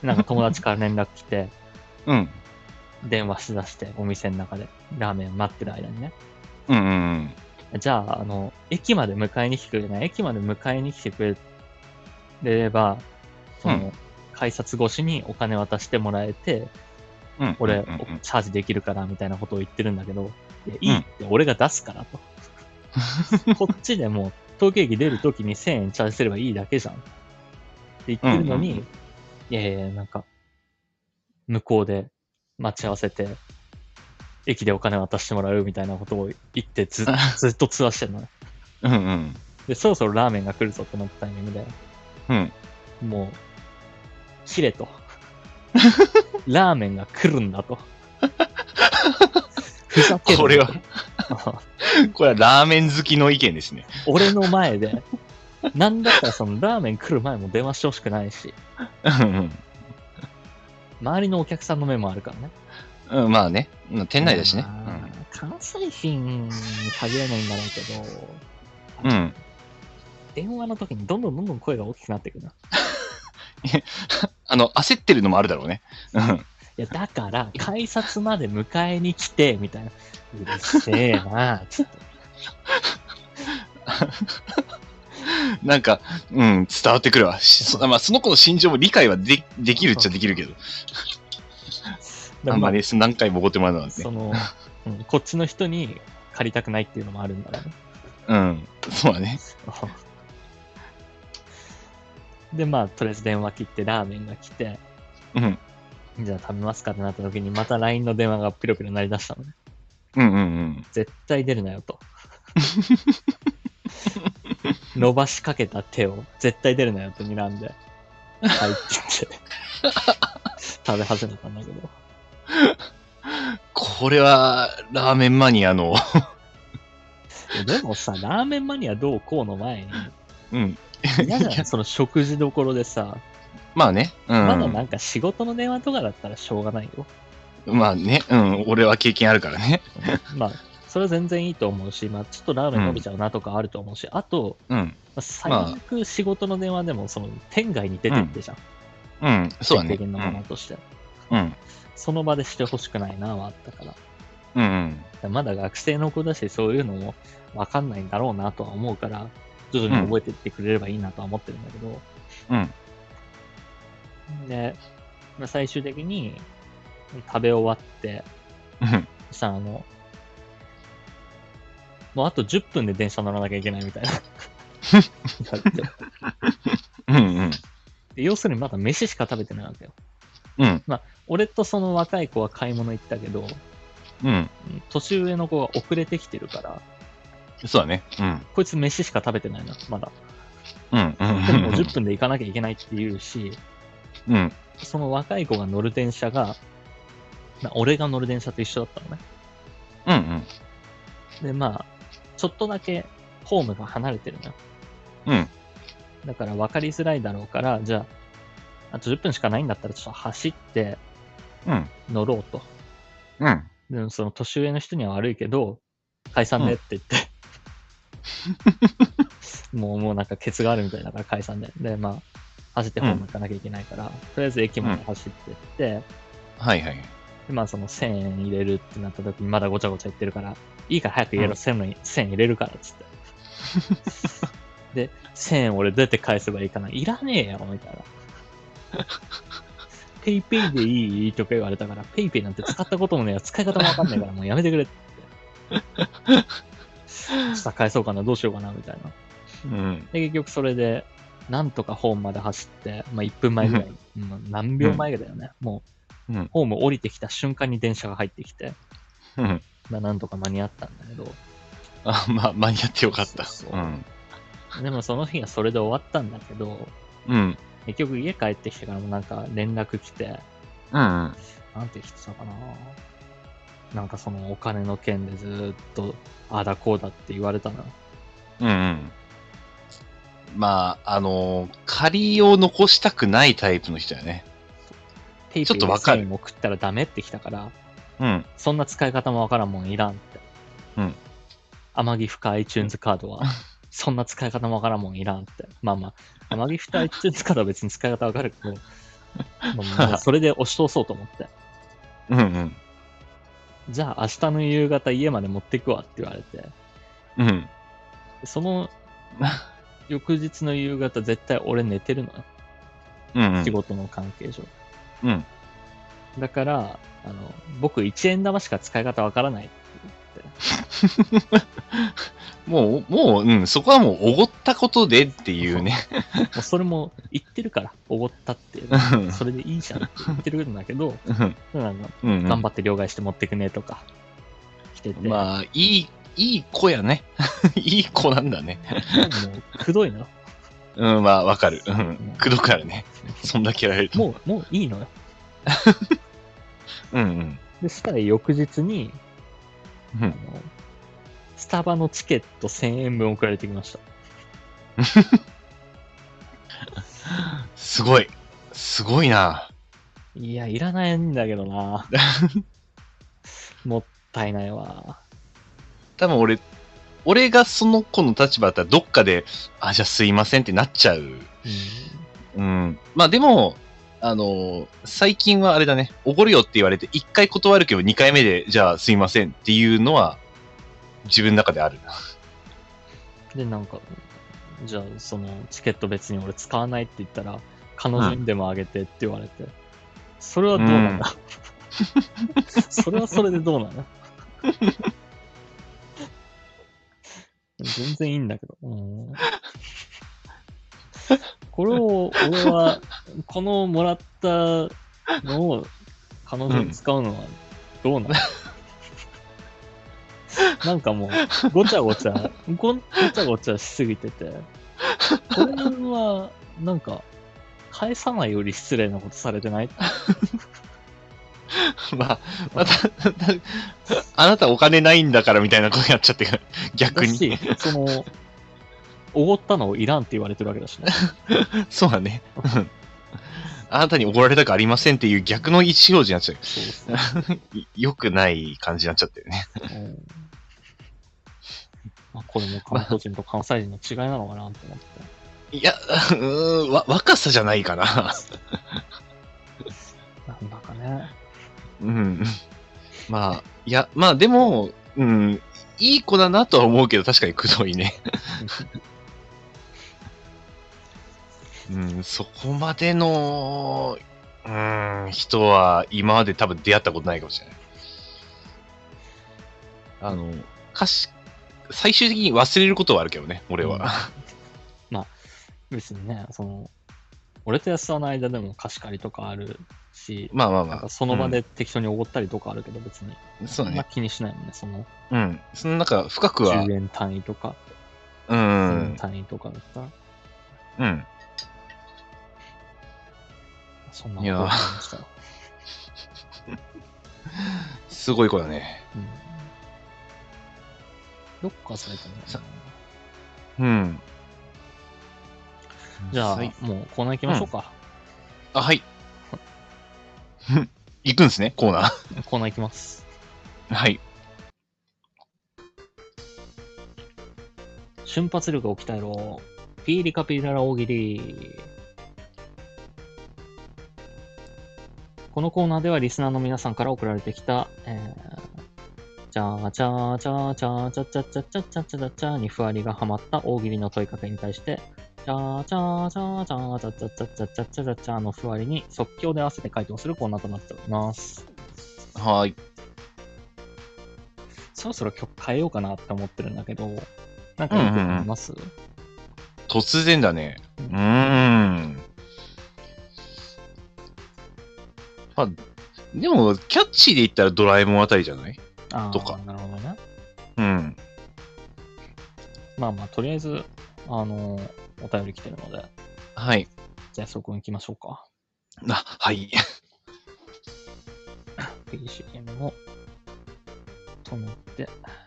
なんか友達から連絡来て、 うん。 電話しだして、お店の中で、ラーメン待ってる間にね。 うんうんじゃあ、あの、駅まで迎えに来てくれない？駅まで迎えに来てくれれば、そうん。 の、改札越しにお金渡してもらえて、 うん。うん。 俺、 うん。 チャージできるから、みたいなことを言ってるんだけど、いや、 うん。 いいって俺が出すからと。こっちでも、東京駅出るときにせんえんチャージすればいいだけじゃん。って言っうん。うてるのに、 ん。 いやいや、なんか、向こうで待ち合わせて、駅でお金渡してもらうみたいなことを言ってず、ずっと通話してるのね。 うん。うん。 で、そろそろラーメンが来るぞってなったタイミングで、 うん。 もう、切れと。ラーメンが来るんだと。ふざけるなと。 これは、これはラーメン好きの意見ですね。 俺の前で、なんだったらそのラーメン来る前も電話してほしくないし、 うん周りのお客さんの目もあるからね。 うん。うん、まあね。うん店内だしね。 まあ関西人に限らないんだろうけど、 うん。うん。 電話の時にどんどんどんどん声が大きくなってくるな。 あの、焦ってるのもあるだろうね。うん。 いや、だから、改札まで迎えに来て、みたいな。うるせえなつって。 なんか、うん、伝わってくるわ。そまあ、その子の心情も理解はでできるっちゃできるけど。あんまり何回も怒ってもらうのはね。 その、うん、こっちの人に借りたくないっていうのもあるんだろうね。 うん。そうだね。 で、まあ、とりあえず電話切ってラーメンが来て、 うん。 じゃあ食べますかってなった時に、また ライン の電話がピロピロ鳴り出したのね。 うんうんうん。 絶対出るなよと。伸ばしかけた手を絶対出るなよと睨んで、入ってって食べ始めたんだけど。 これは、ラーメンマニアのでもさ、ラーメンマニアどうこうの前に、 うん。 嫌じゃん、その食事どころでさ、 まあね。うん。 まだなんか仕事の電話とかだったらしょうがないよ。 まあね。うん。俺は経験あるからね。 うんまあ、それは全然いいと思うし、まあ、ちょっとラーメン伸びちゃうなとかあると思うし、あと、 うん。 まあ、最悪仕事の電話でも、その、店外に出てってじゃん。 うん。そうだね。 最低限のものとして。 うん。 その場でしてほしくないな、はあったから。 うんうん。 まだ学生の子だし、そういうのもわかんないんだろうなとは思うから、徐々に覚えていってくれればいいなとは思ってるんだけど。 うん。 で、まあ、最終的に食べ終わって、 うん。 そしたらあの、もうあとじゅっぷんで電車乗らなきゃいけないみたいな。言われてうんうん。 で要するにまだ飯しか食べてないわけよ。 うん。 まあ、俺とその若い子は買い物行ったけど、 うん。 うん年上の子が遅れてきてるから、 そうだね。うん。 こいつ飯しか食べてないな、まだ。 うん。うん。 でももうじゅっぷんで行かなきゃいけないって言うし、 うん。 その若い子が乗る電車が、まあ俺が乗る電車と一緒だったのね。 うん。うん。 で、まあ、ちょっとだけホームが離れてるのよ。 うん。 だから分かりづらいだろうから、じゃあ、あとじゅっぷんしかないんだったらちょっと走ってうん。 乗ろうと。 うん。 でもその年上の人には悪いけど、解散でって言って、もうもうなんかケツがあるみたいだから解散で。で、まあ、走ってホーム行かなきゃいけないから、とりあえず駅まで走ってって、 はいはい。 で、まあそのせんえん入れるってなった時にまだごちゃごちゃ言ってるから、いいから早く入れろ、 うんせんえん入れるからっつって。 で、せんえん俺どうやって返せばいいかな、いらねえよ、みたいな。ペイペイでいいとか言われたから、ペイペイなんて使ったこともねえよ、使い方もわかんないからもうやめてくれって。さあ返そうかな、どうしようかな、みたいな。 うん。 で、結局それで、なんとかホームまで走って、まあいっぷんまえぐらい、うん、何秒前だよね。もう、 うん。 ホーム降りてきた瞬間に電車が入ってきて、 うん。 まあなんとか間に合ったんだけど。 あ、まあ、間に合ってよかった。 そうそううん。 でもその日はそれで終わったんだけど、 うん。 結局家帰ってきてからもなんか連絡来て、 うん。 なんて言ってたかな。なんかそのお金の件でずーっと、ああだこうだって言われたな。 うん。うん。まあ、あのー借りを残したくないタイプの人やね。 ペイちょペイで1000 っとわかる。 円送ったらダメってきたから、 うん。 そんな使い方もわからんもんいらんって。 うん。 天城深 iTunes カードは、そんな使い方もわからんもんいらんって。まあまあ、天城深 iTunes カードは別に使い方わかるけど、もうもうそれで押し通そうと思って。 うんうん。 じゃあ明日の夕方家まで持ってくわって言われて、 うん。 その翌日の夕方絶対俺寝てるのよ。 うんうん。 仕事の関係上。 うん。 だから、あの、僕いちえん玉しか使い方わからないって言って。 もう、もう、うん、そこはもう、おごったことでっていうね。 もうそれも言ってるから、おごったっていうう。んそれでいいじゃんって言ってるんだけど、 うんなんかうんうん頑張って両替して持ってくねとか、来てて。 まあ、いい、いい子やね。いい子なんだね。 もう、くどいのよ。 うん、まあ、わかる。うん。くどくなるね。そんだけやられると。 もう、もういいのよ。 うんうん。 で、したら翌日に、 うんあの、スタバのチケットせんえんぶん送られてきました。 すごい。すごいな。 いや、いらないんだけどな。もったいないわ。 多分俺、俺がその子の立場だったらどっかで、あ、じゃあすいませんってなっちゃう。 うん。 うん。まあでも、あの、最近はあれだね、おごるよって言われて、一回断るけど二回目で、じゃあすいませんっていうのは、自分の中であるな。 で、なんか、じゃあ、その、チケット別に俺使わないって言ったら、彼女にでもあげてって言われて、それはどうなんだ、それはそれでどうなの全然いいんだけど。うんこれを、俺は、このもらったのを彼女に使うのはどうなの、なんかもう、ごちゃごちゃ、ご、ごちゃごちゃしすぎてて、これは、なんか、返さないより失礼なことされてないまあ、また、あなたお金ないんだからみたいなことやっちゃってる。逆に。 だし、その、おごったのをいらんって言われてるわけだしね。 そうだね。うんあなたに怒られたくありませんっていう逆の意思表示になっちゃそうですね。 う。よくない感じになっちゃってるね。 うんまあ、これも関東人と関西人の違いなのかなと思って。 いや、うーん、わ、若さじゃないかな。 なんだかね。 うん。まあ、いや、まあでも、うん、いい子だなとは思うけど、確かにくどいね。うん、そこまでの、うん、人は今まで多分出会ったことないかもしれない。あの、かし、最終的に忘れることはあるけどね、俺は。 うんまあ、別にね、その、俺と安田の間でも貸し借りとかあるし、 まあまあまあ。 なんかその場で適当におごったりとかあるけど、別に。 うん、そうだね。 そんな気にしないもんね、その、 うん。その中、深くは。 じゅうえん単位とか、 うせんえんん。 単位とかだったら、 うん。 そんなこと思いましたよ。 すごい子だね。 うん。どっかされたんだよな。うん。 じゃあ、もうコーナー行きましょうか。 うん、あ、はい。行くんですね、コーナー。 コーナー行きます。 はい。 瞬発力を鍛えろ。ピーリカピララ大喜利。このコーナーではリスナーの皆さんから送られてきた、えー、 チャーチャーチャーチャーチャチャチャチャチャチャチャチャにふわりがはまった大喜利の問いかけに対して、チャーチャーチャーチャーチャチャチャチャチャチャチャのふわりに即興で合わせて回答するコーナーとなっております。 はい。 そろそろ曲変えようかなって思ってるんだけど、なんかいい曲あります？うんうんうん、 突然だね。うーん。まあ、でも、キャッチーで言ったらドラえもんあたりじゃない？ あとか。 なるほどね。 うん。 まあまあ、とりあえず、あのー、お便り来てるので。 はい。 じゃあ、そこに行きましょうか。 あ、はい。 ビージーエム を止めて。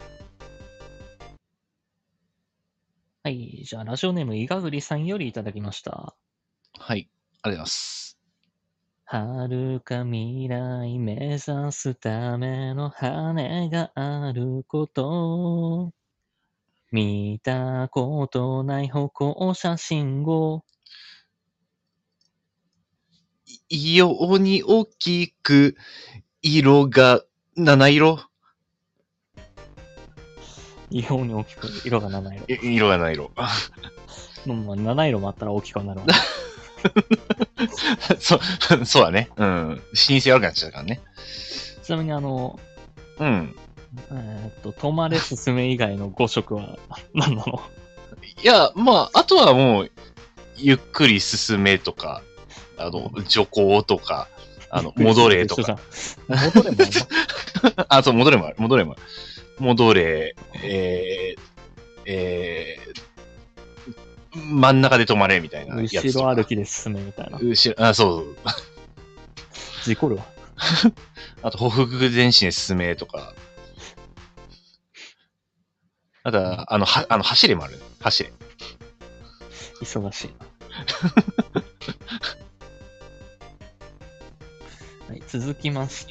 はい。じゃあ、ラジオネーム、いがぐりさんよりいただきました。 はい。ありがとうございます。 遥か未来目指すための羽があること。見たことない歩行写真を。 異様に大きく、色が七色。 異様に大きく、色が七色。 色が七色。 まあ、七色もあったら大きくはなるわ。 そう、そうだね。うん。申請悪くなっちゃうからね。 ちなみにあの、 うん。 えー、っと、止まれ進め以外のご色は何なの？ いや、まあ、あとはもう、ゆっくり進めとか、あの、徐行とか、あの、戻れとか。 戻れもあるのあ、そう、戻れもある。戻れもある。戻れ、えー、えー、真ん中で止まれみたいなやつとか。 後ろ歩きで進めみたいな。 後ろ、あ、そう。 事故るわ。 あと、ほふく前進で進めとか。あとは、あの、は、あの、走れもある。走れ。 忙しい。はい、続きまして、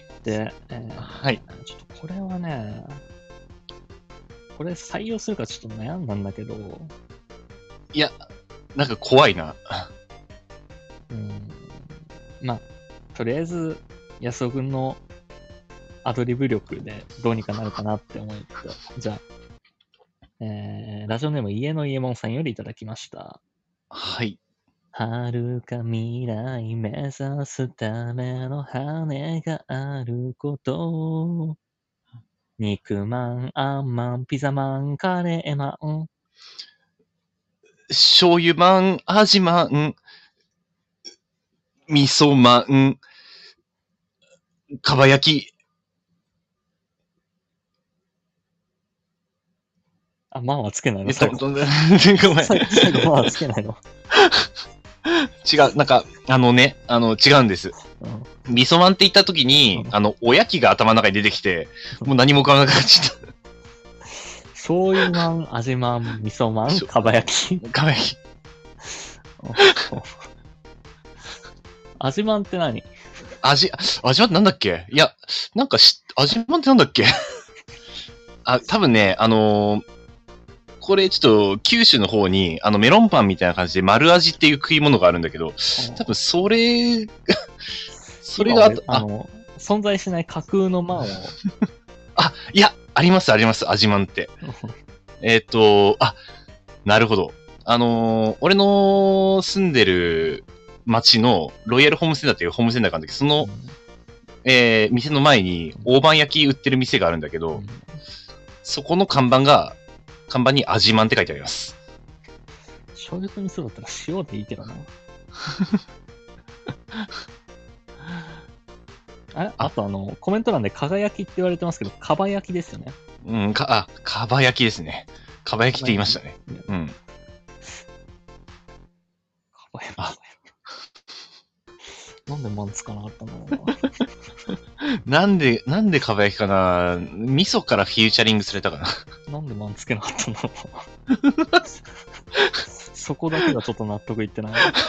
えー、 はい。 ちょっとこれはね、これ採用するかちょっと悩んだんだけど。 いや、なんか怖いな。 うん。まあ、とりあえず、安尾くんのアドリブ力でどうにかなるかなって思って、じゃあ、えー、ラジオネーム家の家門さんよりいただきました。 はい。 遥か未来目指すための羽があること。肉まん、あんまん、ピザまん、カレーまん。 醤油まん、味まん、味噌まん、かば焼き。 あ、まんはつけないの？ 最後。 最後まんはつけないの？ 違う、なんか、あのね、あの、違うんです。うん、味噌まんって言った時に、うん、あの、おやきが頭の中に出てきて、もう何も浮かばなくなっちゃった。 醤油まん、味まん、味噌まん、かば焼き。 かば焼き。 味まんって何？ 味、味まんってなんだっけ？いや、なんかし、味まんってなんだっけ？あ、多分ね、あのー、これちょっと九州の方にあのメロンパンみたいな感じで丸味っていう食い物があるんだけど、多分それそれが あ, あの存在しない架空のマンをあいやありますあります味マンってえっとあなるほどあのー、俺の住んでる町のロイヤルホームセンターっていうホームセンターがあるんだけどその、うんえー、店の前に大判焼き売ってる店があるんだけど、うん、そこの看板が看板に味まんって書いてあります。 醤油と味噌だったら塩でいいけどな。あれあとあの、コメント欄で輝きって言われてますけど、かば焼きですよね。 うん、か、あ、かば焼きですね。かば焼きって言いましたね。うん。かば焼き。なんでマンつかなかったんだろうな。なんで、なんでかば焼きかな味噌からフューチャリングされたかななんでマンつけなかったんだろうそこだけがちょっと納得いってない。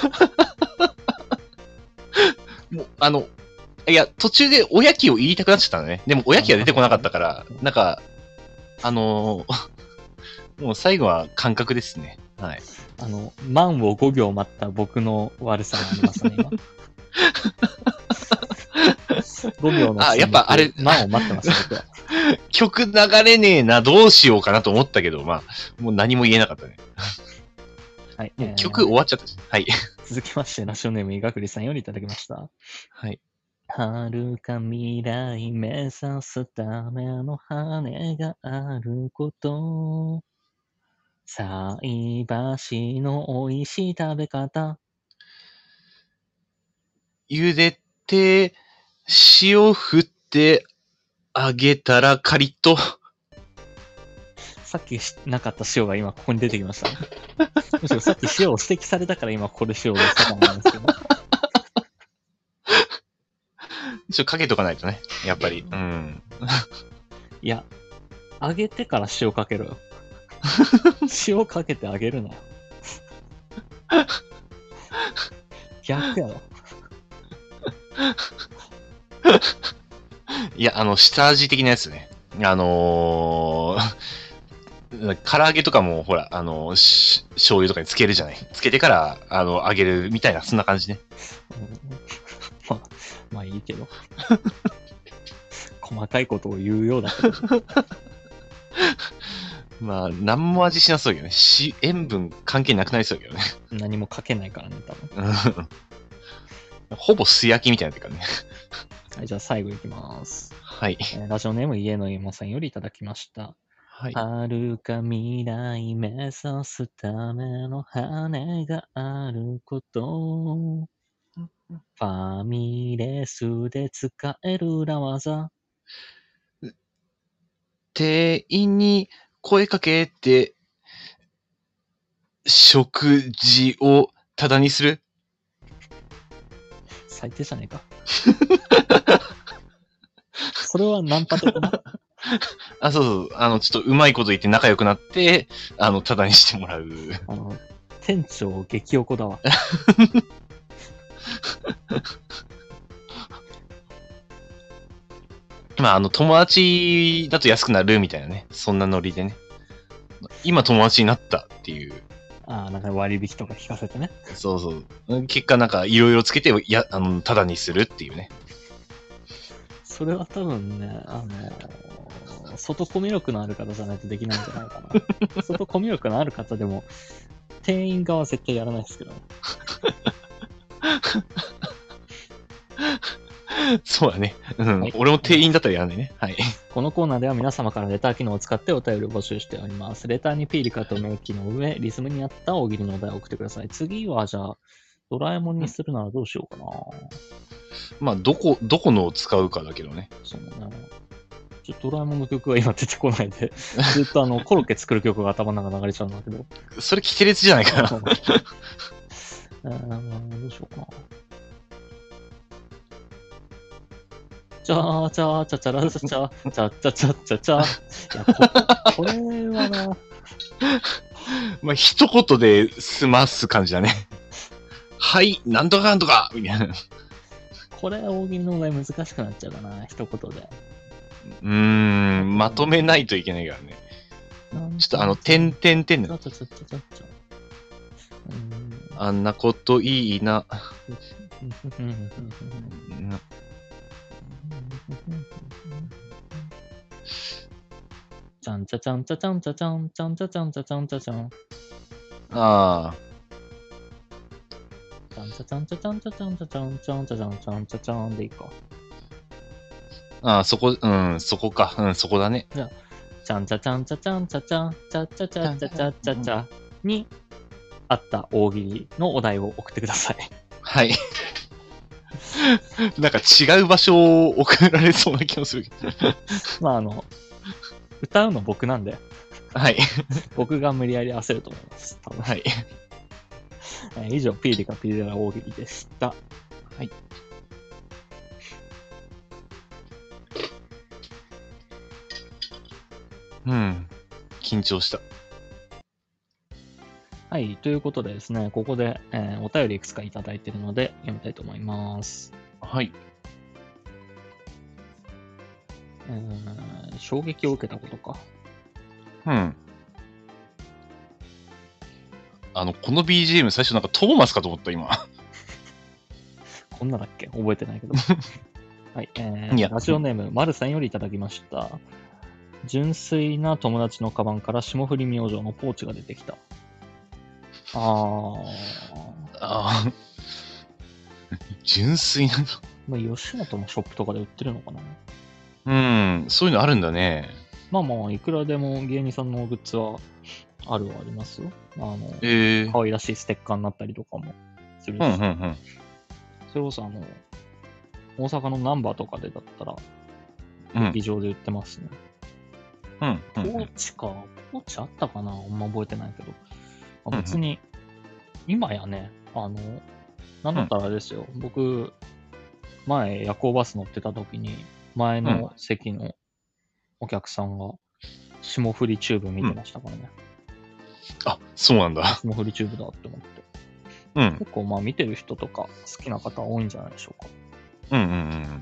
もう、あの、いや、途中でおやきを言いたくなっちゃったのね。でもおやきが出てこなかったから、なんか、あのー、もう最後は感覚ですね。はい。 あの、マンをごびょう待った僕の悪さがありましたね、今。ごびょうのあ、やっぱあれ、 マンを待ってました、僕は。 曲流れねえな、どうしようかなと思ったけど、まあ、もう何も言えなかったね。 はい。 もうえー曲終わっちゃったし。はい。 続きまして、ラジオネーム、いがくりさんよりいただきました。 はい。 遥か未来目指すための羽があること。菜箸の美味しい食べ方。 茹でて、塩振ってあげたらカリッと。 さっきしなかった塩が今ここに出てきましたね。むしろさっき塩を指摘されたから今ここで塩を出したかなんですけど。 ちょっとかけとかないとね。やっぱり。うん。 いや、揚げてから塩かけろよ。塩かけてあげるなよ。逆やろ。 いや、あの、下味的なやつね。あのー、唐揚げとかも、ほら、あのー、し醤油とかにつけるじゃない。つけてから、あの、揚げるみたいな、そんな感じね。 うんまあ、まあいいけど。細かいことを言うようだけど。 まあ、なんも味しなそうだけどね。し、塩分関係なくなりそうだけどね。 何もかけないからね、多分。 うんほぼ素焼きみたいになってるからね。 はい、じゃあ最後いきます。 はい。 えーラジオネーム家の今さんよりいただきました。 はい。 遥か未来目指すための羽があること。ファミレスで使える裏技。 店員に声かけて、食事をタダにする。 最低じゃねえか。それはナンパ的な。 あ、そうそう。あの、ちょっとうまいこと言って仲良くなって、あの、タダにしてもらう。 あの、店長激おこだわ。 まあ、あの、友達だと安くなるみたいなね。そんなノリでね。今友達になったっていう。 ああ、なんか割引とか聞かせてね。 そうそう。結果なんかいろいろつけて、や、あの、タダにするっていうね。 それは多分ね、あのー、外コミュ力のある方じゃないとできないんじゃないかな。外コミュ力のある方でも、店員側は絶対やらないですけどね。 そうだね。うん、 はい俺も店員だったらやらないね。はい。 このコーナーでは皆様からレター機能を使ってお便りを募集しております。レターにピーリカと明記の上、リズムに合った大喜利のお題を送ってください。次はじゃあ、ドラえもんにするならどうしようかな。 まあ、どこ、どこのを使うかだけどね。 そうね。ちょっとドラえもんの曲が今出てこないで、ずっとあの、コロッケ作る曲が頭の中流れちゃうんだけど。 それキテレツじゃないかな。 えー、どうしようかな。チャーチャーチャチャラチャチャチャチャチャチャチャ。いや、ここれはな。 まあ、一言で済ます感じだね。はい、なんとかなんとかみたいな。 これ大喜利のお題難しくなっちゃうかな、一言で。 うーん、まとめないといけないからね。ちょっとあの、てんてんてんチね。 ャチャチャチャチャチャ。うーんあんなこといいな。 ちゃんちゃちゃんちゃちゃんちゃちゃんちゃんちゃちゃんちゃちゃんちゃちゃん。 あちゃんちゃちゃんちゃちゃんちゃちゃんちゃちゃんちゃんちゃちゃんちゃんちゃちゃんでいいか。 あ、ああ、そこ、うん、そこか。うん、そこだね。 ちゃんちゃちゃんちゃちゃんちゃちゃんちゃちゃちゃちゃちゃちゃちゃにあった大喜利のお題を送ってください。 はい。なんか違う場所を送られそうな気もするけど。 まああの、歌うの僕なんで、 はい。 僕が無理やり焦ると思います。多分はい。 えー以上、ピーリカピーリラ大喜利でした。 はい。うん。緊張した。 はい、ということでですね、ここで、えーお便りいくつかいただいているので読みたいと思います。 はい。 えー衝撃を受けたことか。 うん。あの、この ビージーエム 最初なんかトーマスかと思った、今。 こんなだっけ覚えてないけど。 はい、えいやー、ラジオネーム、まるさんよりいただきました。純粋な友達のカバンから霜降り明星のポーチが出てきた。あー。 ああ。純粋なまあ、吉本のショップとかで売ってるのかな。 の。うん、そういうのあるんだね。 まあまあ、いくらでも芸人さんのグッズはあるはありますよ。あの、 ええー。 可愛らしいステッカーになったりとかもするし。 うんうんうん。 それこそあの、大阪のナンバーとかでだったら、 うん劇場で売ってますね。 うん。 ポうんうんーチか。ポーチあったかなあんま覚えてないけど。まあうんうん別に、今やね、あの、なんだったらあれですよ。僕、前夜行バス乗ってた時に、前の席のお客さんが、霜降りチューブ見てましたからね。 あ、そうなんだ。 霜降りチューブだって思って。 うん。 結構まあ見てる人とか好きな方多いんじゃないでしょうか。 うんうんうん。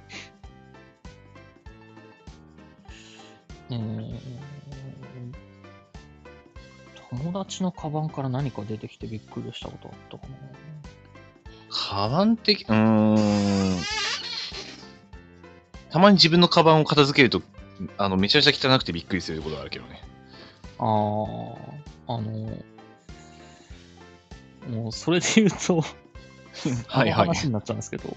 えー、友達のカバンから何か出てきてびっくりしたことあったかな。 カバン的、うーん。たまに自分のカバンを片付けると、あの、めちゃめちゃ汚くてびっくりすることがあるけどね。 あー、あの、もうそれで言うと、あのはいはい。 話になっちゃうんですけど、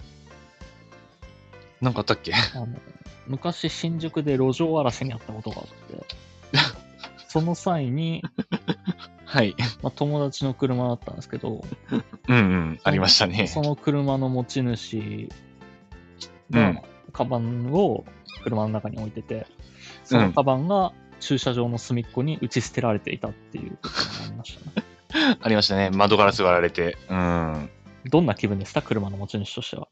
なんかあったっけあの昔新宿で路上荒らしにあったことがあって、その際に、 はい。 まあ、友達の車だったんですけど、 うんうん、ありましたね。 その車の持ち主がうん、 カバンを車の中に置いてて、そのカバンが駐車場の隅っこに打ち捨てられていたっていうことがありましたね。 ありましたね。窓ガラス割られて。うん。 どんな気分でした車の持ち主としては。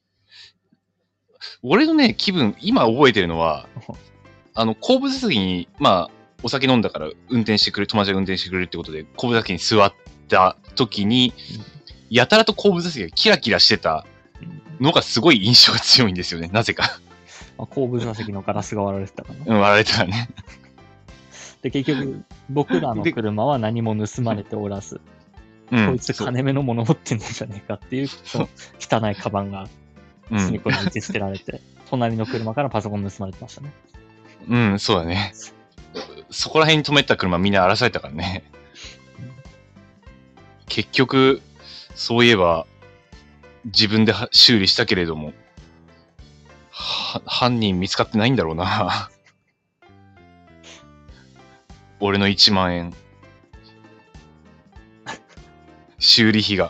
俺のね、気分、今覚えてるのは、あの、後部座席に、まあ、お酒飲んだから運転してくれる、友達が運転してくれるってことで、後部座席に座った時に、やたらと後部座席がキラキラしてたのがすごい印象が強いんですよね。なぜか。 まあ、後部座席のガラスが割られてたからね。 うん、割られてたからね。 で、結局、僕らの車は何も盗まれておらず、 うん、 こいつ金目のもの持ってんじゃねえかっていう、その汚いカバンが隅っこに打ち捨てられて、うん、隣の車からパソコン盗まれてましたね。 うん、そうだね。そこら辺に止めた車みんな荒らされたからね。うん、結局、そういえば、自分で修理したけれども、犯人見つかってないんだろうな。俺のいちまんえん。修理費が。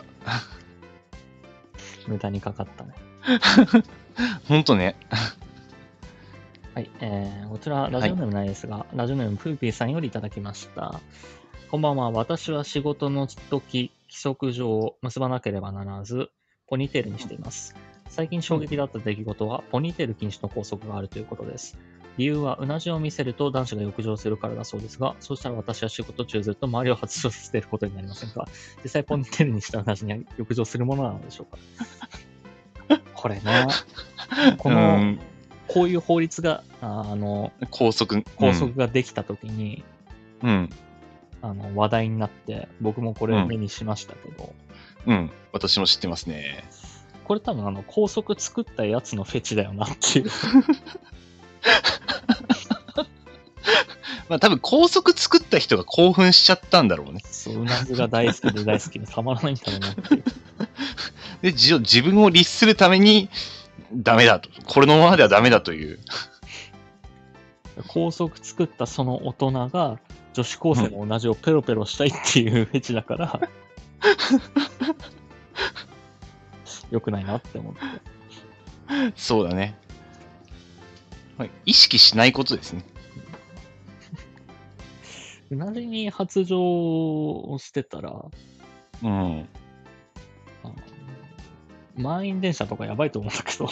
無駄にかかったね。 ほんとね。 はい、えー、こちら、ラジオネームないですが、はい、ラジオネームプーピーさんよりいただきました。こんばんは。私は仕事の時、規則上結ばなければならず、ポニーテールにしています。最近衝撃だった出来事は、ポニーテール禁止の校則があるということです。理由は、うなじを見せると男子が浴場するからだそうですが、そうしたら私は仕事中ずっと周りを発情させていることになりませんか？実際ポニーテールにしたうなじには浴場するものなのでしょうか？これね、この、うん、こういう法律が、あの、 校則、 校則ができたときに、 うん、 あの、話題になって、僕もこれを目にしましたけど、 うん、うん、私も知ってますね。 これ多分あの、校則作ったやつのフェチだよなっていう。 まあ多分校則作った人が興奮しちゃったんだろうね。 そう、うなじが大好きで大好きでたまらないんだろうなっていう。 で、自, 自分を律するために、ダメだと。これのままではダメだという。 校則作ったその大人が、女子高生の同じをペロペロしたいっていうフェチだから、良くないなって思って。 そうだね。はい、意識しないことですね。 うなじに発情をしてたら、 うん。 あの満員電車とかやばいと思うんだけど。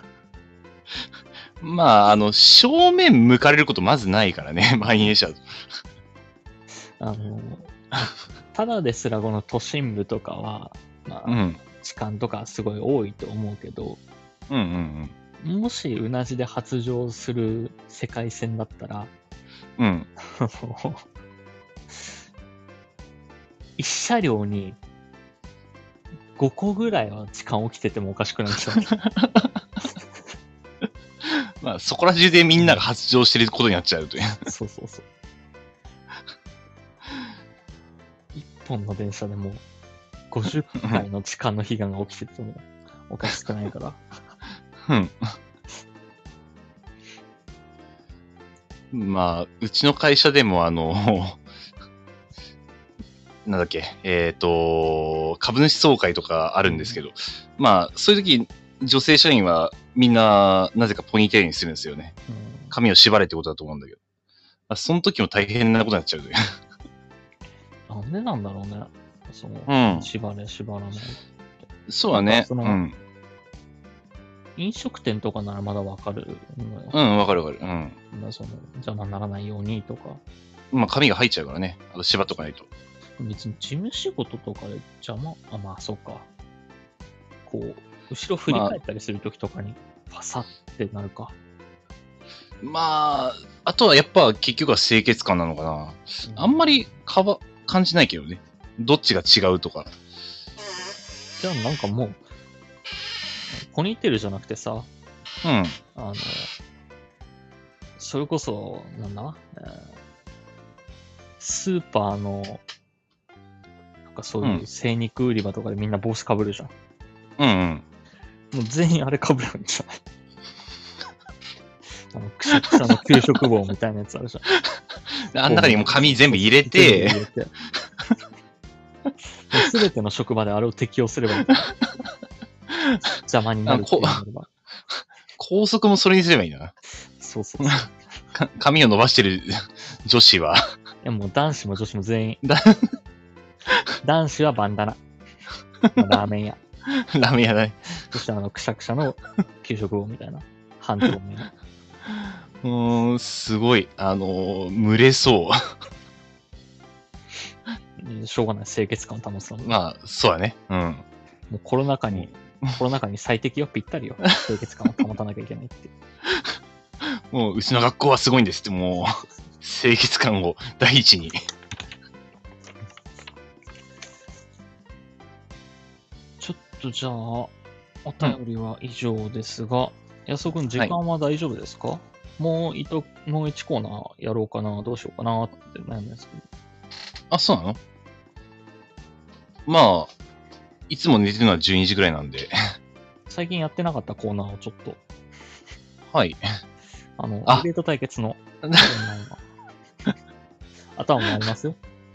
まあ、あの、正面向かれることまずないからね、満員電車。 あの、ただですらこの都心部とかは、まあ、うん、痴漢とかすごい多いと思うけど、 うんうんうん、もしうなじで発情する世界線だったら、 うん。 一車両にごこぐらいは痴漢起きててもおかしくないんじゃない？ まあ、そこら中でみんなが発情してることになっちゃうという。 そうそうそう。一本の電車でもごじゅっかいの痴漢の悲願が起きててもおかしくないから。 うん。まあ、うちの会社でもあの、なんだっけ、えっ、と、株主総会とかあるんですけど、まあ、そういう時、女性社員はみんな、なぜかポニーテールにするんですよね。 うん、 髪を縛れってことだと思うんだけど。あ、その時も大変なことになっちゃうという。 なんでなんだろうね。その、 うん縛れ、縛らない。 そうだね。 その、 うん。 飲食店とかならまだわかるのよ。 うん、わかるわかる。うん。 まあその邪魔にならないようにとか。 まあ、髪が入っちゃうからね。あと縛っとかないと。 別に事務仕事とかで邪魔、あ、まあそうか。こう、後ろ振り返ったりするときとかにパサってなるか。 まあ、あとはやっぱ結局は清潔感なのかな。 うんあんまりかば感じないけどね。どっちが違うとか。 じゃあなんかもう、ポニーテールじゃなくてさ、 うん。 あの、それこそ、なんだ、えースーパーの、なんかそういう精肉売り場とかでみんな帽子かぶるじゃん。 うんうん。 もう全員あれかぶるんじゃないあの、くしゃくしゃの給食棒みたいなやつあるじゃん。 あん中にもう紙全部入れて、 すべての職場であれを適用すればいい。邪魔になるっていうのがあれば。 校則もそれにすればいいな。 そうそうそう。 か髪を伸ばしてる女子は。 いやもう男子も女子も全員だ。 男子はバンダナ。ラーメン屋。 ラーメン屋だね。 そしてあの、くしゃくしゃの給食棒みたいな。半透明な。 うーん、すごい。あのー、群れそう。 しょうがない清潔感を保つのに。 まあ、そうだね。うん。 もうコロナ禍に、コロナ禍に最適よ、ぴったりよ。清潔感を保たなきゃいけないって。 もう、うちの学校はすごいんですって、もう、清潔感を第一に。 ちょっとじゃあ、お便りは以上ですが、安尾くん、時間は大丈夫ですか、はい、もういと、もういちコーナーやろうかな、どうしようかなって悩んですけど。 あ、そうなの？まあ、いつも寝てるのはじゅうにじぐらいなんで。 最近やってなかったコーナーをちょっと。 はい。 あの、ディベート対決のコーナーが。頭もありますよ。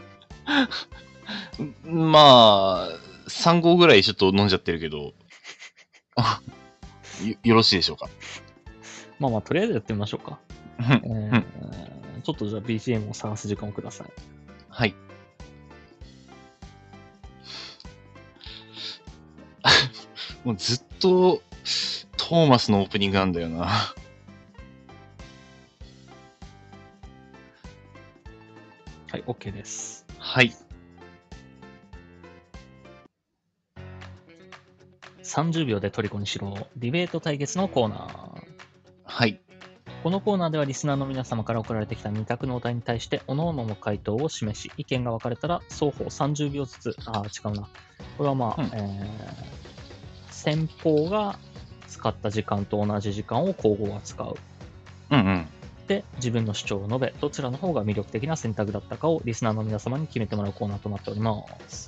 まあ、さんごうぐらいちょっと飲んじゃってるけど、よ, よろしいでしょうか。 まあまあ、とりあえずやってみましょうか。 えー、ちょっとじゃあ ビージーエム を探す時間をください。 はい。もうずっとトーマスのオープニングなんだよな。はい、OK です。 はい。 さんじゅうびょうで虜にしろ、ディベート対決のコーナー。 はい。 このコーナーではリスナーの皆様から送られてきたに択のお題に対して、各々の回答を示し、意見が分かれたら双方さんじゅうびょうずつ、あ、違うな。これはまあ、うん、えー、先方が使った時間と同じ時間を交互扱う。 うんうん。 で、自分の主張を述べ、どちらの方が魅力的な選択だったかをリスナーの皆様に決めてもらうコーナーとなっております。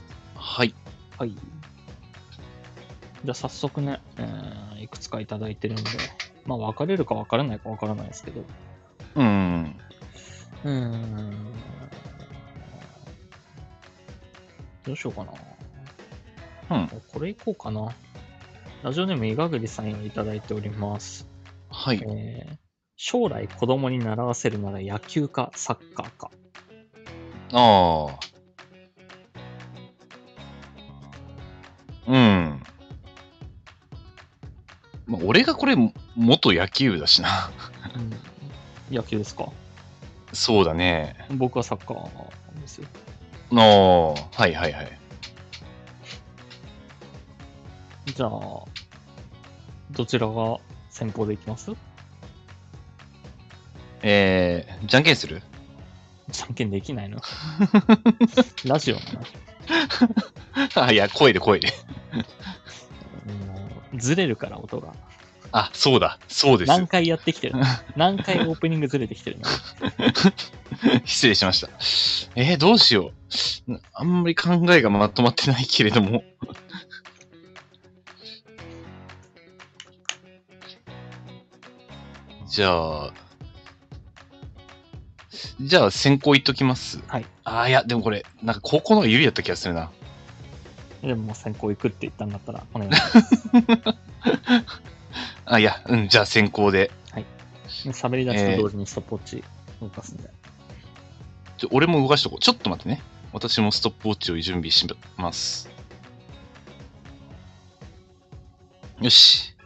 はい。 はい。じゃあ早速ね、えー、いくつかいただいてるんで、まあ分かれるか分からないか分からないですけど。 うん。 うーん。どうしようかな。うん。 これいこうかな。ラジオネームいがぐりさんをいただいております。 はい。 えー、将来子供に習わせるなら野球かサッカーか。 ああ。うん。まあ、俺がこれ、元野球部だしな。 うん、野球ですか？ そうだね。 僕はサッカーですよ。 ああ、はいはいはい。 じゃあ、どちらが先行でいきます？ えー、じゃんけんする？ じゃんけんできないのラジオなのあ、いや、声で声で。 ずれるから音が。 あ、そうだ、そうです。 何回やってきてるの何回オープニングずれてきてるの失礼しました。えー、どうしよう。あんまり考えがまとまってないけれども。じゃあ、じゃあ先行言っときます。 はい。 ああ、いや、でもこれ、なんか高校の方が有利だった気がするな。 でももう先行行くって言ったんだったら、お願いします。 あ、いや、うん、じゃあ先行で。 はい。喋り出すと同時にストップウォッチ動かすんで。 ちょ俺も動かしとこう。ちょっと待ってね。私もストップウォッチを準備します。よし。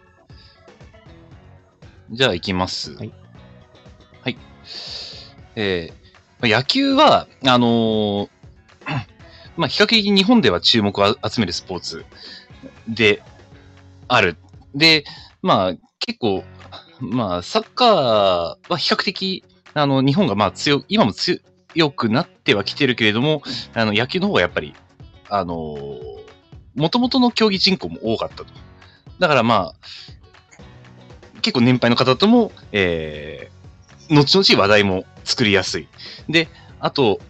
じゃあ行きます。 はい。 はい。えー、野球は、あのー、まあ、比較的日本では注目を集めるスポーツである。で、まあ、結構、まあ、サッカーは比較的、あの、日本がまあ強、今も強くなってはきてるけれども、あの、野球の方がやっぱり、あのー、元々の競技人口も多かったと。だからまあ、結構年配の方とも、えー、後々話題も作りやすい。で、あと、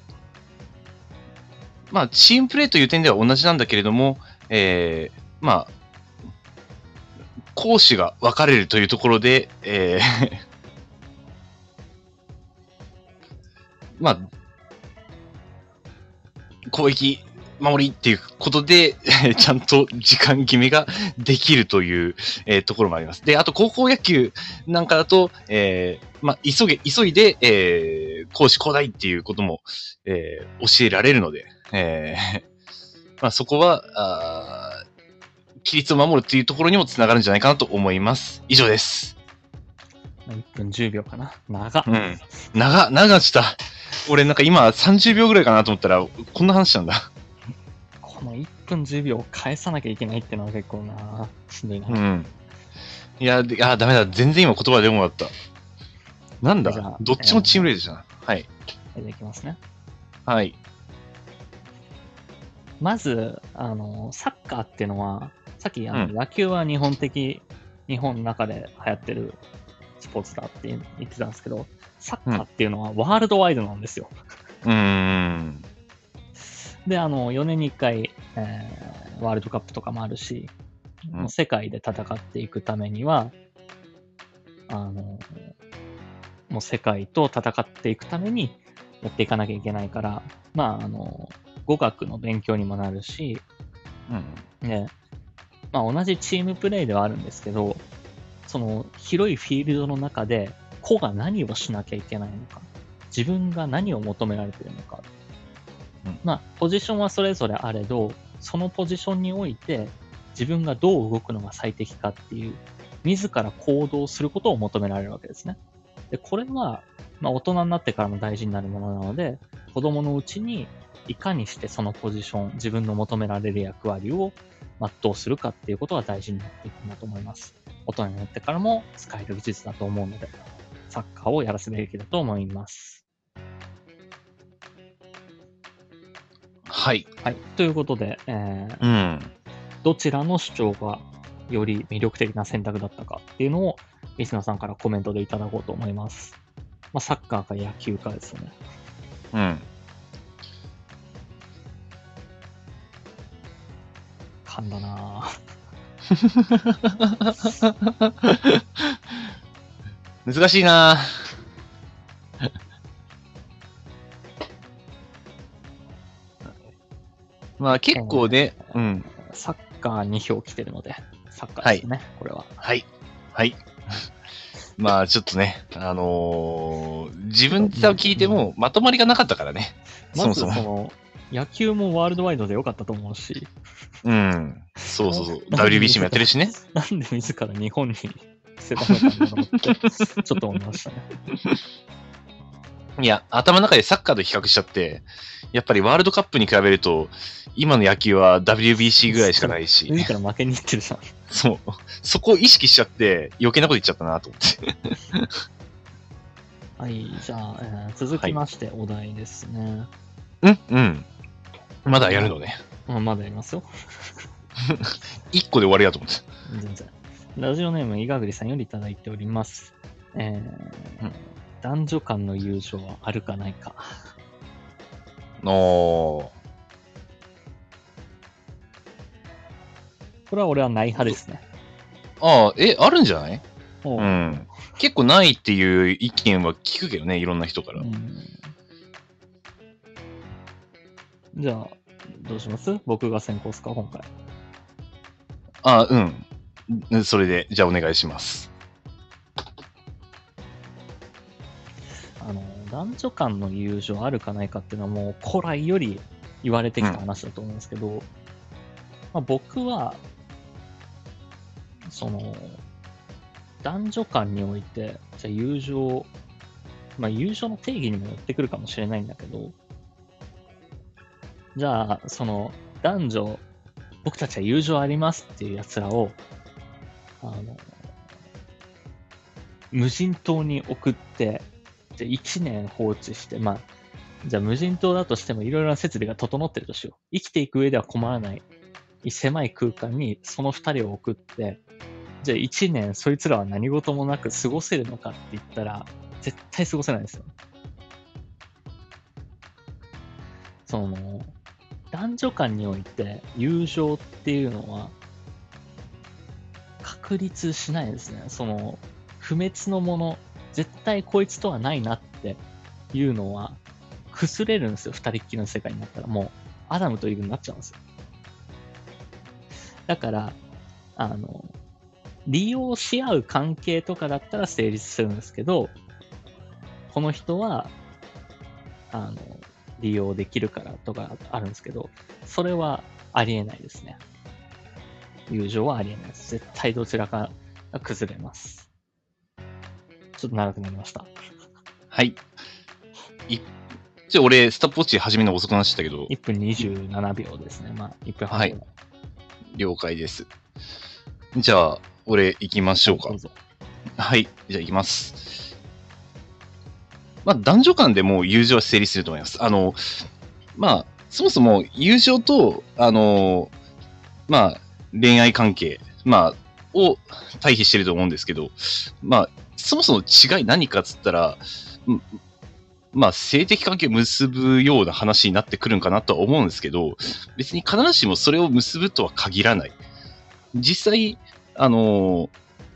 まあ、チームプレーという点では同じなんだけれども、えー、まあ、攻守が分かれるというところで、えー、まあ、攻撃、守りっていうことで、ちゃんと時間決めができるという、えー、ところもあります。で、あと高校野球なんかだと、えー、まあ、急げ、急いで、えー、攻守交代っていうことも、えー、教えられるので、えー、まあ、そこは、あ規律を守るっていうところにもつながるんじゃないかなと思います。以上です。 いっぷんじゅうびょうかな。長っ。 うん。長、長した。俺なんか今さんじゅうびょうぐらいかなと思ったら、こんな話なんだ。 このいっぷんじゅうびょうを返さなきゃいけないっていうのは結構な、しんどいな。 うん。いや、いや、ダメだ。全然今言葉出なかった。なんだどっちもチームレードじゃん。はい。 じゃあいきますね。 はい。 まず、あの、サッカーっていうのは、さっきあの、 うん野球は日本的、日本の中で流行ってるスポーツだって言ってたんですけど、サッカーっていうのはワールドワイドなんですよ。 うーん。 で、あの、よねんにいっかい、えーワールドカップとかもあるし、 うんもう世界で戦っていくためには、あの、もう世界と戦っていくためにやっていかなきゃいけないから、まあ、あの、語学の勉強にもなるし、 うん。 ね、まあ同じチームプレーではあるんですけど、その広いフィールドの中で個が何をしなきゃいけないのか、自分が何を求められているのか。 うん、 まあ、ポジションはそれぞれあれど、そのポジションにおいて自分がどう動くのが最適かっていう、自ら行動することを求められるわけですね。で、これは、まあ大人になってからも大事になるものなので、子供のうちにいかにしてそのポジション、自分の求められる役割を全うするかっていうことが大事になっていくんだと思います。大人になってからも使える技術だと思うので、サッカーをやらせるべきだと思います。 はい。 はい。ということで、えーうん。 どちらの主張がより魅力的な選択だったかっていうのを、リスナーさんからコメントでいただこうと思います。まあ、サッカーか野球かですよね。 うん。 噛んだなぁ。難しいなぁ。まあ結構ね、うん。 サッカーに票来てるので、サッカーですね、はい、これは。 はい。はい。まあちょっとね、あのー、自分で聞いてもまとまりがなかったからね。 まずその、野球もワールドワイドで良かったと思うし。 うん。そうそうそう。ダブリュービーシー もやってるしね。 なんで自ら日本に捨てたのかなと思って、ちょっと思いましたね。 いや、頭の中でサッカーと比較しちゃって、やっぱりワールドカップに比べると、今の野球は ダブリュービーシー ぐらいしかないし。 自ら負けにいってるじゃん。 そう。そこを意識しちゃって、余計なこと言っちゃったなと思って。 はい、じゃあ、えー、続きましてお題ですね。 はい、うんうん。まだやるのね。 まあ、まだやりますよ。 一個で終わりだと思って。 全然。 ラジオネーム、いがぐりさんよりいただいております。えーうん男女間の友情はあるかないか。 おー。 これは俺はない派ですね。 ああ、え、あるんじゃない？ おううん。結構ないっていう意見は聞くけどね、いろんな人から。 うんじゃあ、どうします？僕が先行ですか、今回。 ああ、うん。それで、じゃあお願いします。 あの、男女間の友情あるかないかっていうのはもう古来より言われてきた話だと思うんですけど、まあ、僕は、その、男女間において、じゃあ友情、まあ友情の定義にもよってくるかもしれないんだけど、じゃあ、その、男女、僕たちは友情ありますっていう奴らを、あの、無人島に送って、じゃあいちねん放置して、まあ、じゃあ無人島だとしてもいろいろな設備が整ってるとしよう。生きていく上では困らない狭い空間にその二人を送って、じゃあいちねんそいつらは何事もなく過ごせるのかって言ったら、絶対過ごせないんですよ。その、男女間において友情っていうのは確立しないですね。その、不滅のもの、絶対こいつとはないなっていうのは崩れるんですよ。二人っきりの世界になったら。もう、アダムとイブになっちゃうんですよ。だから、あの、利用し合う関係とかだったら成立するんですけど、この人は、あの、利用できるからとかあるんですけど、それはありえないですね。友情はありえないです。絶対どちらかが崩れます。ちょっと長くなりました。 はい。いじゃあ俺、スタップウォッチ始めるの遅くなっちゃったけど。 いっぷんにじゅうななびょうですね。まあ、いっぷんはん。 はい。了解です。じゃあ、俺行きましょうか。 どうぞ。 はい。じゃあ行きます。まあ、男女間でも友情は成立すると思います。あの、まあ、そもそも友情と、あの、まあ、恋愛関係、まあ、を対比してると思うんですけど、まあ、そもそも違い何かっつったら、まあ、性的関係を結ぶような話になってくるんかなとは思うんですけど、別に必ずしもそれを結ぶとは限らない。実際、あの、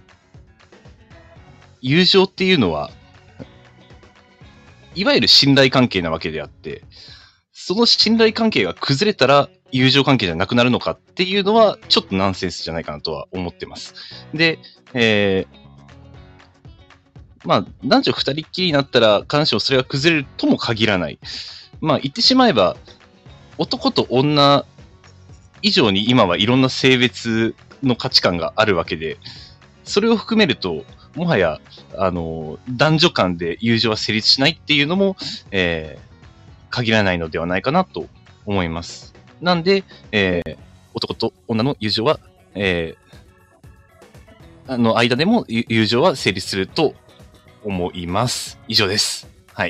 友情っていうのは、いわゆる信頼関係なわけであって、その信頼関係が崩れたら友情関係じゃなくなるのかっていうのはちょっとナンセンスじゃないかなとは思ってます。で、えー、まあ、男女二人っきりになったら必ずしもそれが崩れるとも限らない。まあ、言ってしまえば、男と女以上に今はいろんな性別の価値観があるわけで、それを含めると、もはや、あの、男女間で友情は成立しないっていうのも、えー、限らないのではないかなと思います。なんで、えー、男と女の友情は、えー、あの間でも友情は成立すると思います。以上です。はい。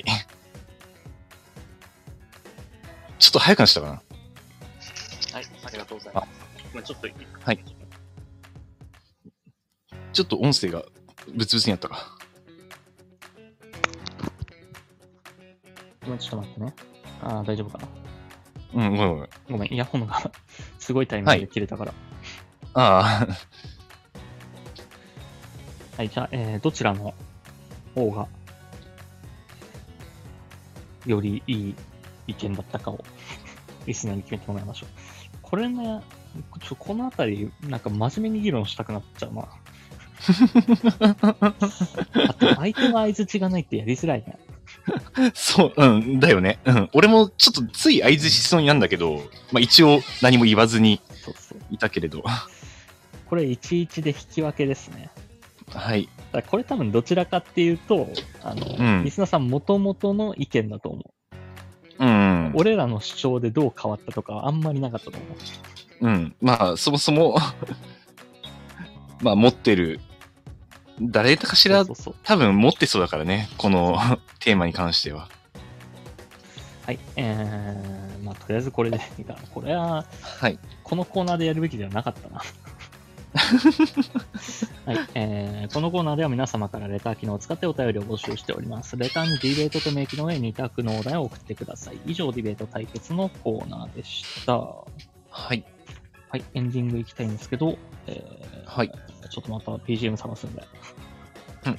ちょっと早くなっちゃったかな。 はい、ありがとうございます。まあ、ちょっと、 はい。ちょっと音声がブツブツになったか。 ちょっと待ってね。ああ、大丈夫かな。 うん、ごめんごめん。 ごめん、イヤホンがすごいタイミングで切れたから。 ああ。 はい、じゃあ、えー、どちらの方がよりいい意見だったかをリスナーに決めてもらいましょう。これね、ちょこのあたり、なんか真面目に議論したくなっちゃうな。あと、相手の相づちがないってやりづらいね。 そう、うん、だよね。うん。俺もちょっとつい相づちしそうになんだけど、まあ一応何も言わずにいたけれど。 これいちいちで引き分けですね。 はい。 だこれ多分どちらかっていうと、あの、うん、リスナーさん元々の意見だと思う。うん。 俺らの主張でどう変わったとかはあんまりなかったと思う。 うん。まあ、そもそも、まあ持ってる、誰かしら、そうそうそう多分持ってそうだからね、このテーマに関しては。 はい。えー、まあとりあえずこれでいいかな。これは、 はい。 このコーナーでやるべきではなかったな。 はい、えー。このコーナーでは皆様からレター機能を使ってお便りを募集しております。レターにディベートと明記の上に択のお題を送ってください。以上、ディベート対決のコーナーでした。 はい。 はい、エンディング行きたいんですけど、えー、 はい。 ちょっとまた ビージーエム 探すんで。 うん。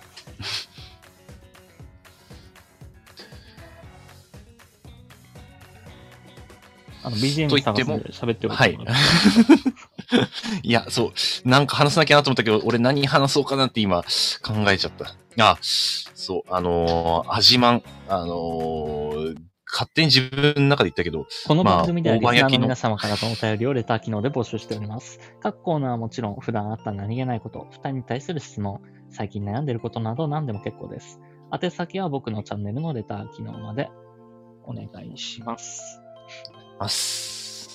あの ビージーエム 探すんで喋っておいてもらって。はいいや、そう。なんか話さなきゃなと思ったけど、俺何話そうかなって今考えちゃった。あ、そう。あのー、アジマン。あのー、勝手に自分の中で言ったけど、 この番組ではリスナーの皆様からのお便りをレター機能で募集しております。各コーナーはもちろん、普段あった何気ないこと、負担に対する質問、最近悩んでいることなど何でも結構です。宛先は僕のチャンネルのレター機能までお願いします。 ます。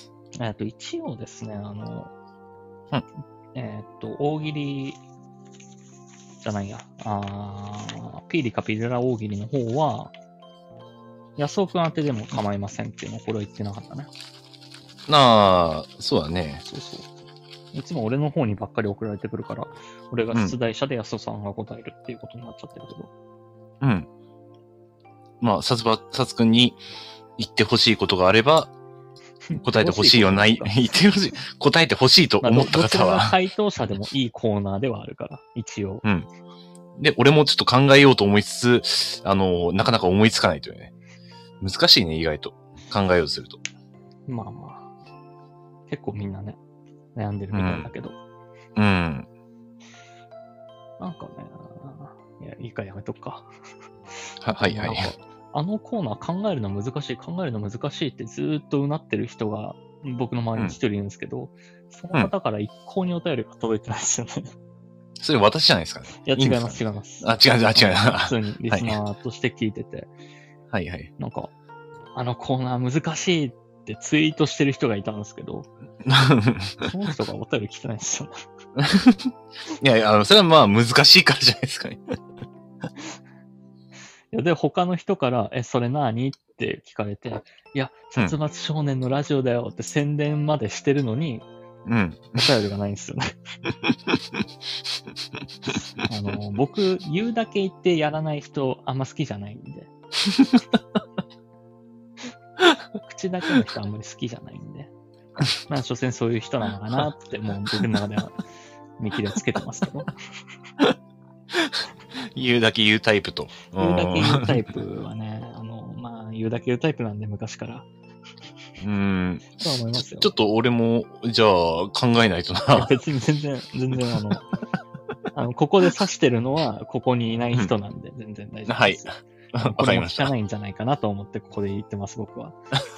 えっと、一応ですね、あの、 うん、 えっと、大喜利じゃないや、あピーリカピリラ大喜利の方は、安尾くん宛てでも構いませんっていうのをこれは言ってなかったね。 なあ、そうだね。 そうそう。いつも俺の方にばっかり送られてくるから、俺が出題者で安尾さんが答えるっていうことになっちゃってるけど。 うん。まあ、さつば、さつくんに言ってほしいことがあれば、答えてほしいよない、言ってほしい。答えてほしいと思った方は。 どちらが回答者でもいいコーナーではあるから、一応。 うん。で、俺もちょっと考えようと思いつつ、あの、なかなか思いつかないというね。難しいね、意外と。考えようとすると。 まあまあ。結構みんなね、悩んでるみたいだけど。 うん。うん、 なんかね、いや、いいかやめとくか。 は、はいはい。 あのコーナー考えるの難しい、考えるの難しいってずーっとうなってる人が僕の周りに一人いるんですけど、うん、その方から一向にお便りが届いてないですよね。 それ私じゃないですかね。 いや、違います、違います。 あ、違う、違う、違う。 普通にリスナーとして聞いてて。 はいはい。 なんか、あのコーナー難しいってツイートしてる人がいたんですけど、その人がお便り来てないんですよね。 いやいや、あの、それはまあ難しいからじゃないですかね。 いやで、他の人から、え、それ何って聞かれて、いや、殺伐少年のラジオだよって宣伝までしてるのに、 うん。 お便りがないんですよね。あの、僕、言うだけ言ってやらない人、あんま好きじゃないんで。口だけの人あんまり好きじゃないんで。まあ、所詮そういう人なのかなって、もう僕の中では見切りをつけてますけど。 言うだけ言うタイプと。 言うだけ言うタイプはね、あの、まあ、言うだけ言うタイプなんで、昔から。 うーん。 とは思いますよ。 ちょっと俺も、じゃあ、考えないとな。 別に全然、全然あの、あの、ここで指してるのは、ここにいない人なんで、うん、全然大丈夫です。はい。わかりました。これも汚いんじゃないかなと思って、ここで言ってます、僕は。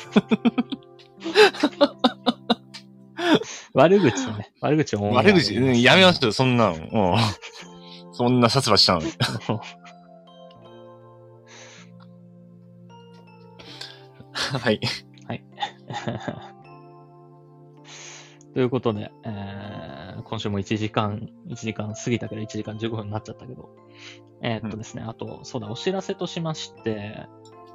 悪口をね、悪口を思う。 悪口、うん、やめましょう、そんなの。うん。そんな殺伐したのに。はい。 はい。ということで、えー、今週もいちじかん、いちじかん過ぎたけどいちじかんじゅうごふんになっちゃったけど、えー、っとですね、うん、あと、そうだ、お知らせとしまして、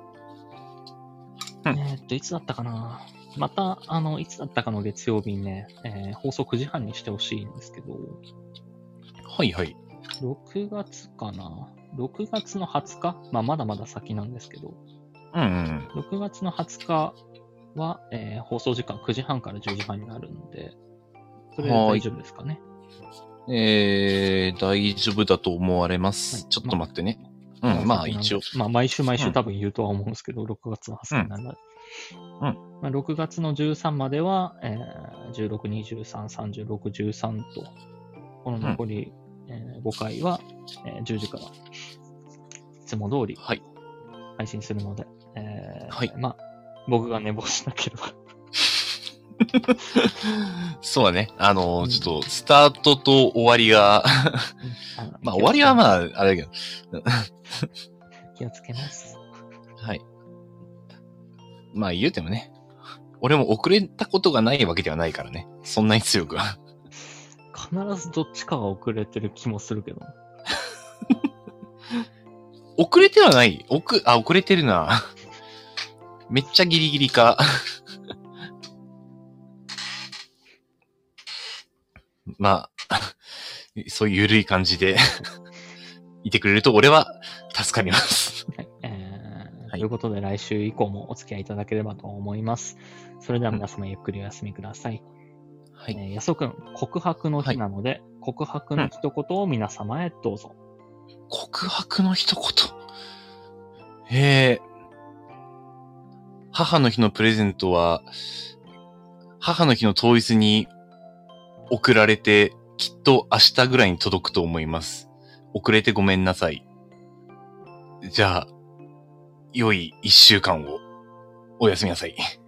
うん、えー、っと、いつだったかなまた、あの、いつだったかの月曜日にね、えー、放送くじはんにしてほしいんですけど、 はいはい。 ろくがつかな ?ろく 月のはつかまあ、まだまだ先なんですけど、 うんうん、 ろくがつのはつかは、えー、放送時間くじはんからじゅうじはんになるんで、それで大丈夫ですかね。 えー、大丈夫だと思われます。はい、ちょっと待ってね。まあ、うん、まあ一応。 まあ毎週毎週多分言うとは思うんですけど、うん、ろくがつのはつかになるので。うん。まあ、ろくがつのじゅうさんまでは、えー、じゅうろく、にじゅうさん、さんじゅうろく、じゅうさんと、この残り、うんえー、ごかいは、えー、じゅうじから、いつも通り、配信するので、はいえー、はい。まあ、僕が寝坊しなければ。 そうだね。あの、うん、ちょっと、スタートと終わりが、まあ、終わりはまあ、あれだけど。 気をつけます。 はい。まあ、言うてもね、俺も遅れたことがないわけではないからね。そんなに強くは。 必ずどっちかが遅れてる気もするけど。 遅れてはない。おく、あ、遅れてるな。めっちゃギリギリか。 まあ、そういう緩い感じでいてくれると俺は助かります。 はい。えーはいということで来週以降もお付き合いいただければと思います。それでは皆様ゆっくりお休みください。 はい。 えー、安尾くん、告白の日なので、告白の一言を皆様へどうぞ。 告白の一言。えー、母の日のプレゼントは、母の日の当日に送られて、きっと明日ぐらいに届くと思います。遅れてごめんなさい。じゃあ、良い一週間をおやすみなさい。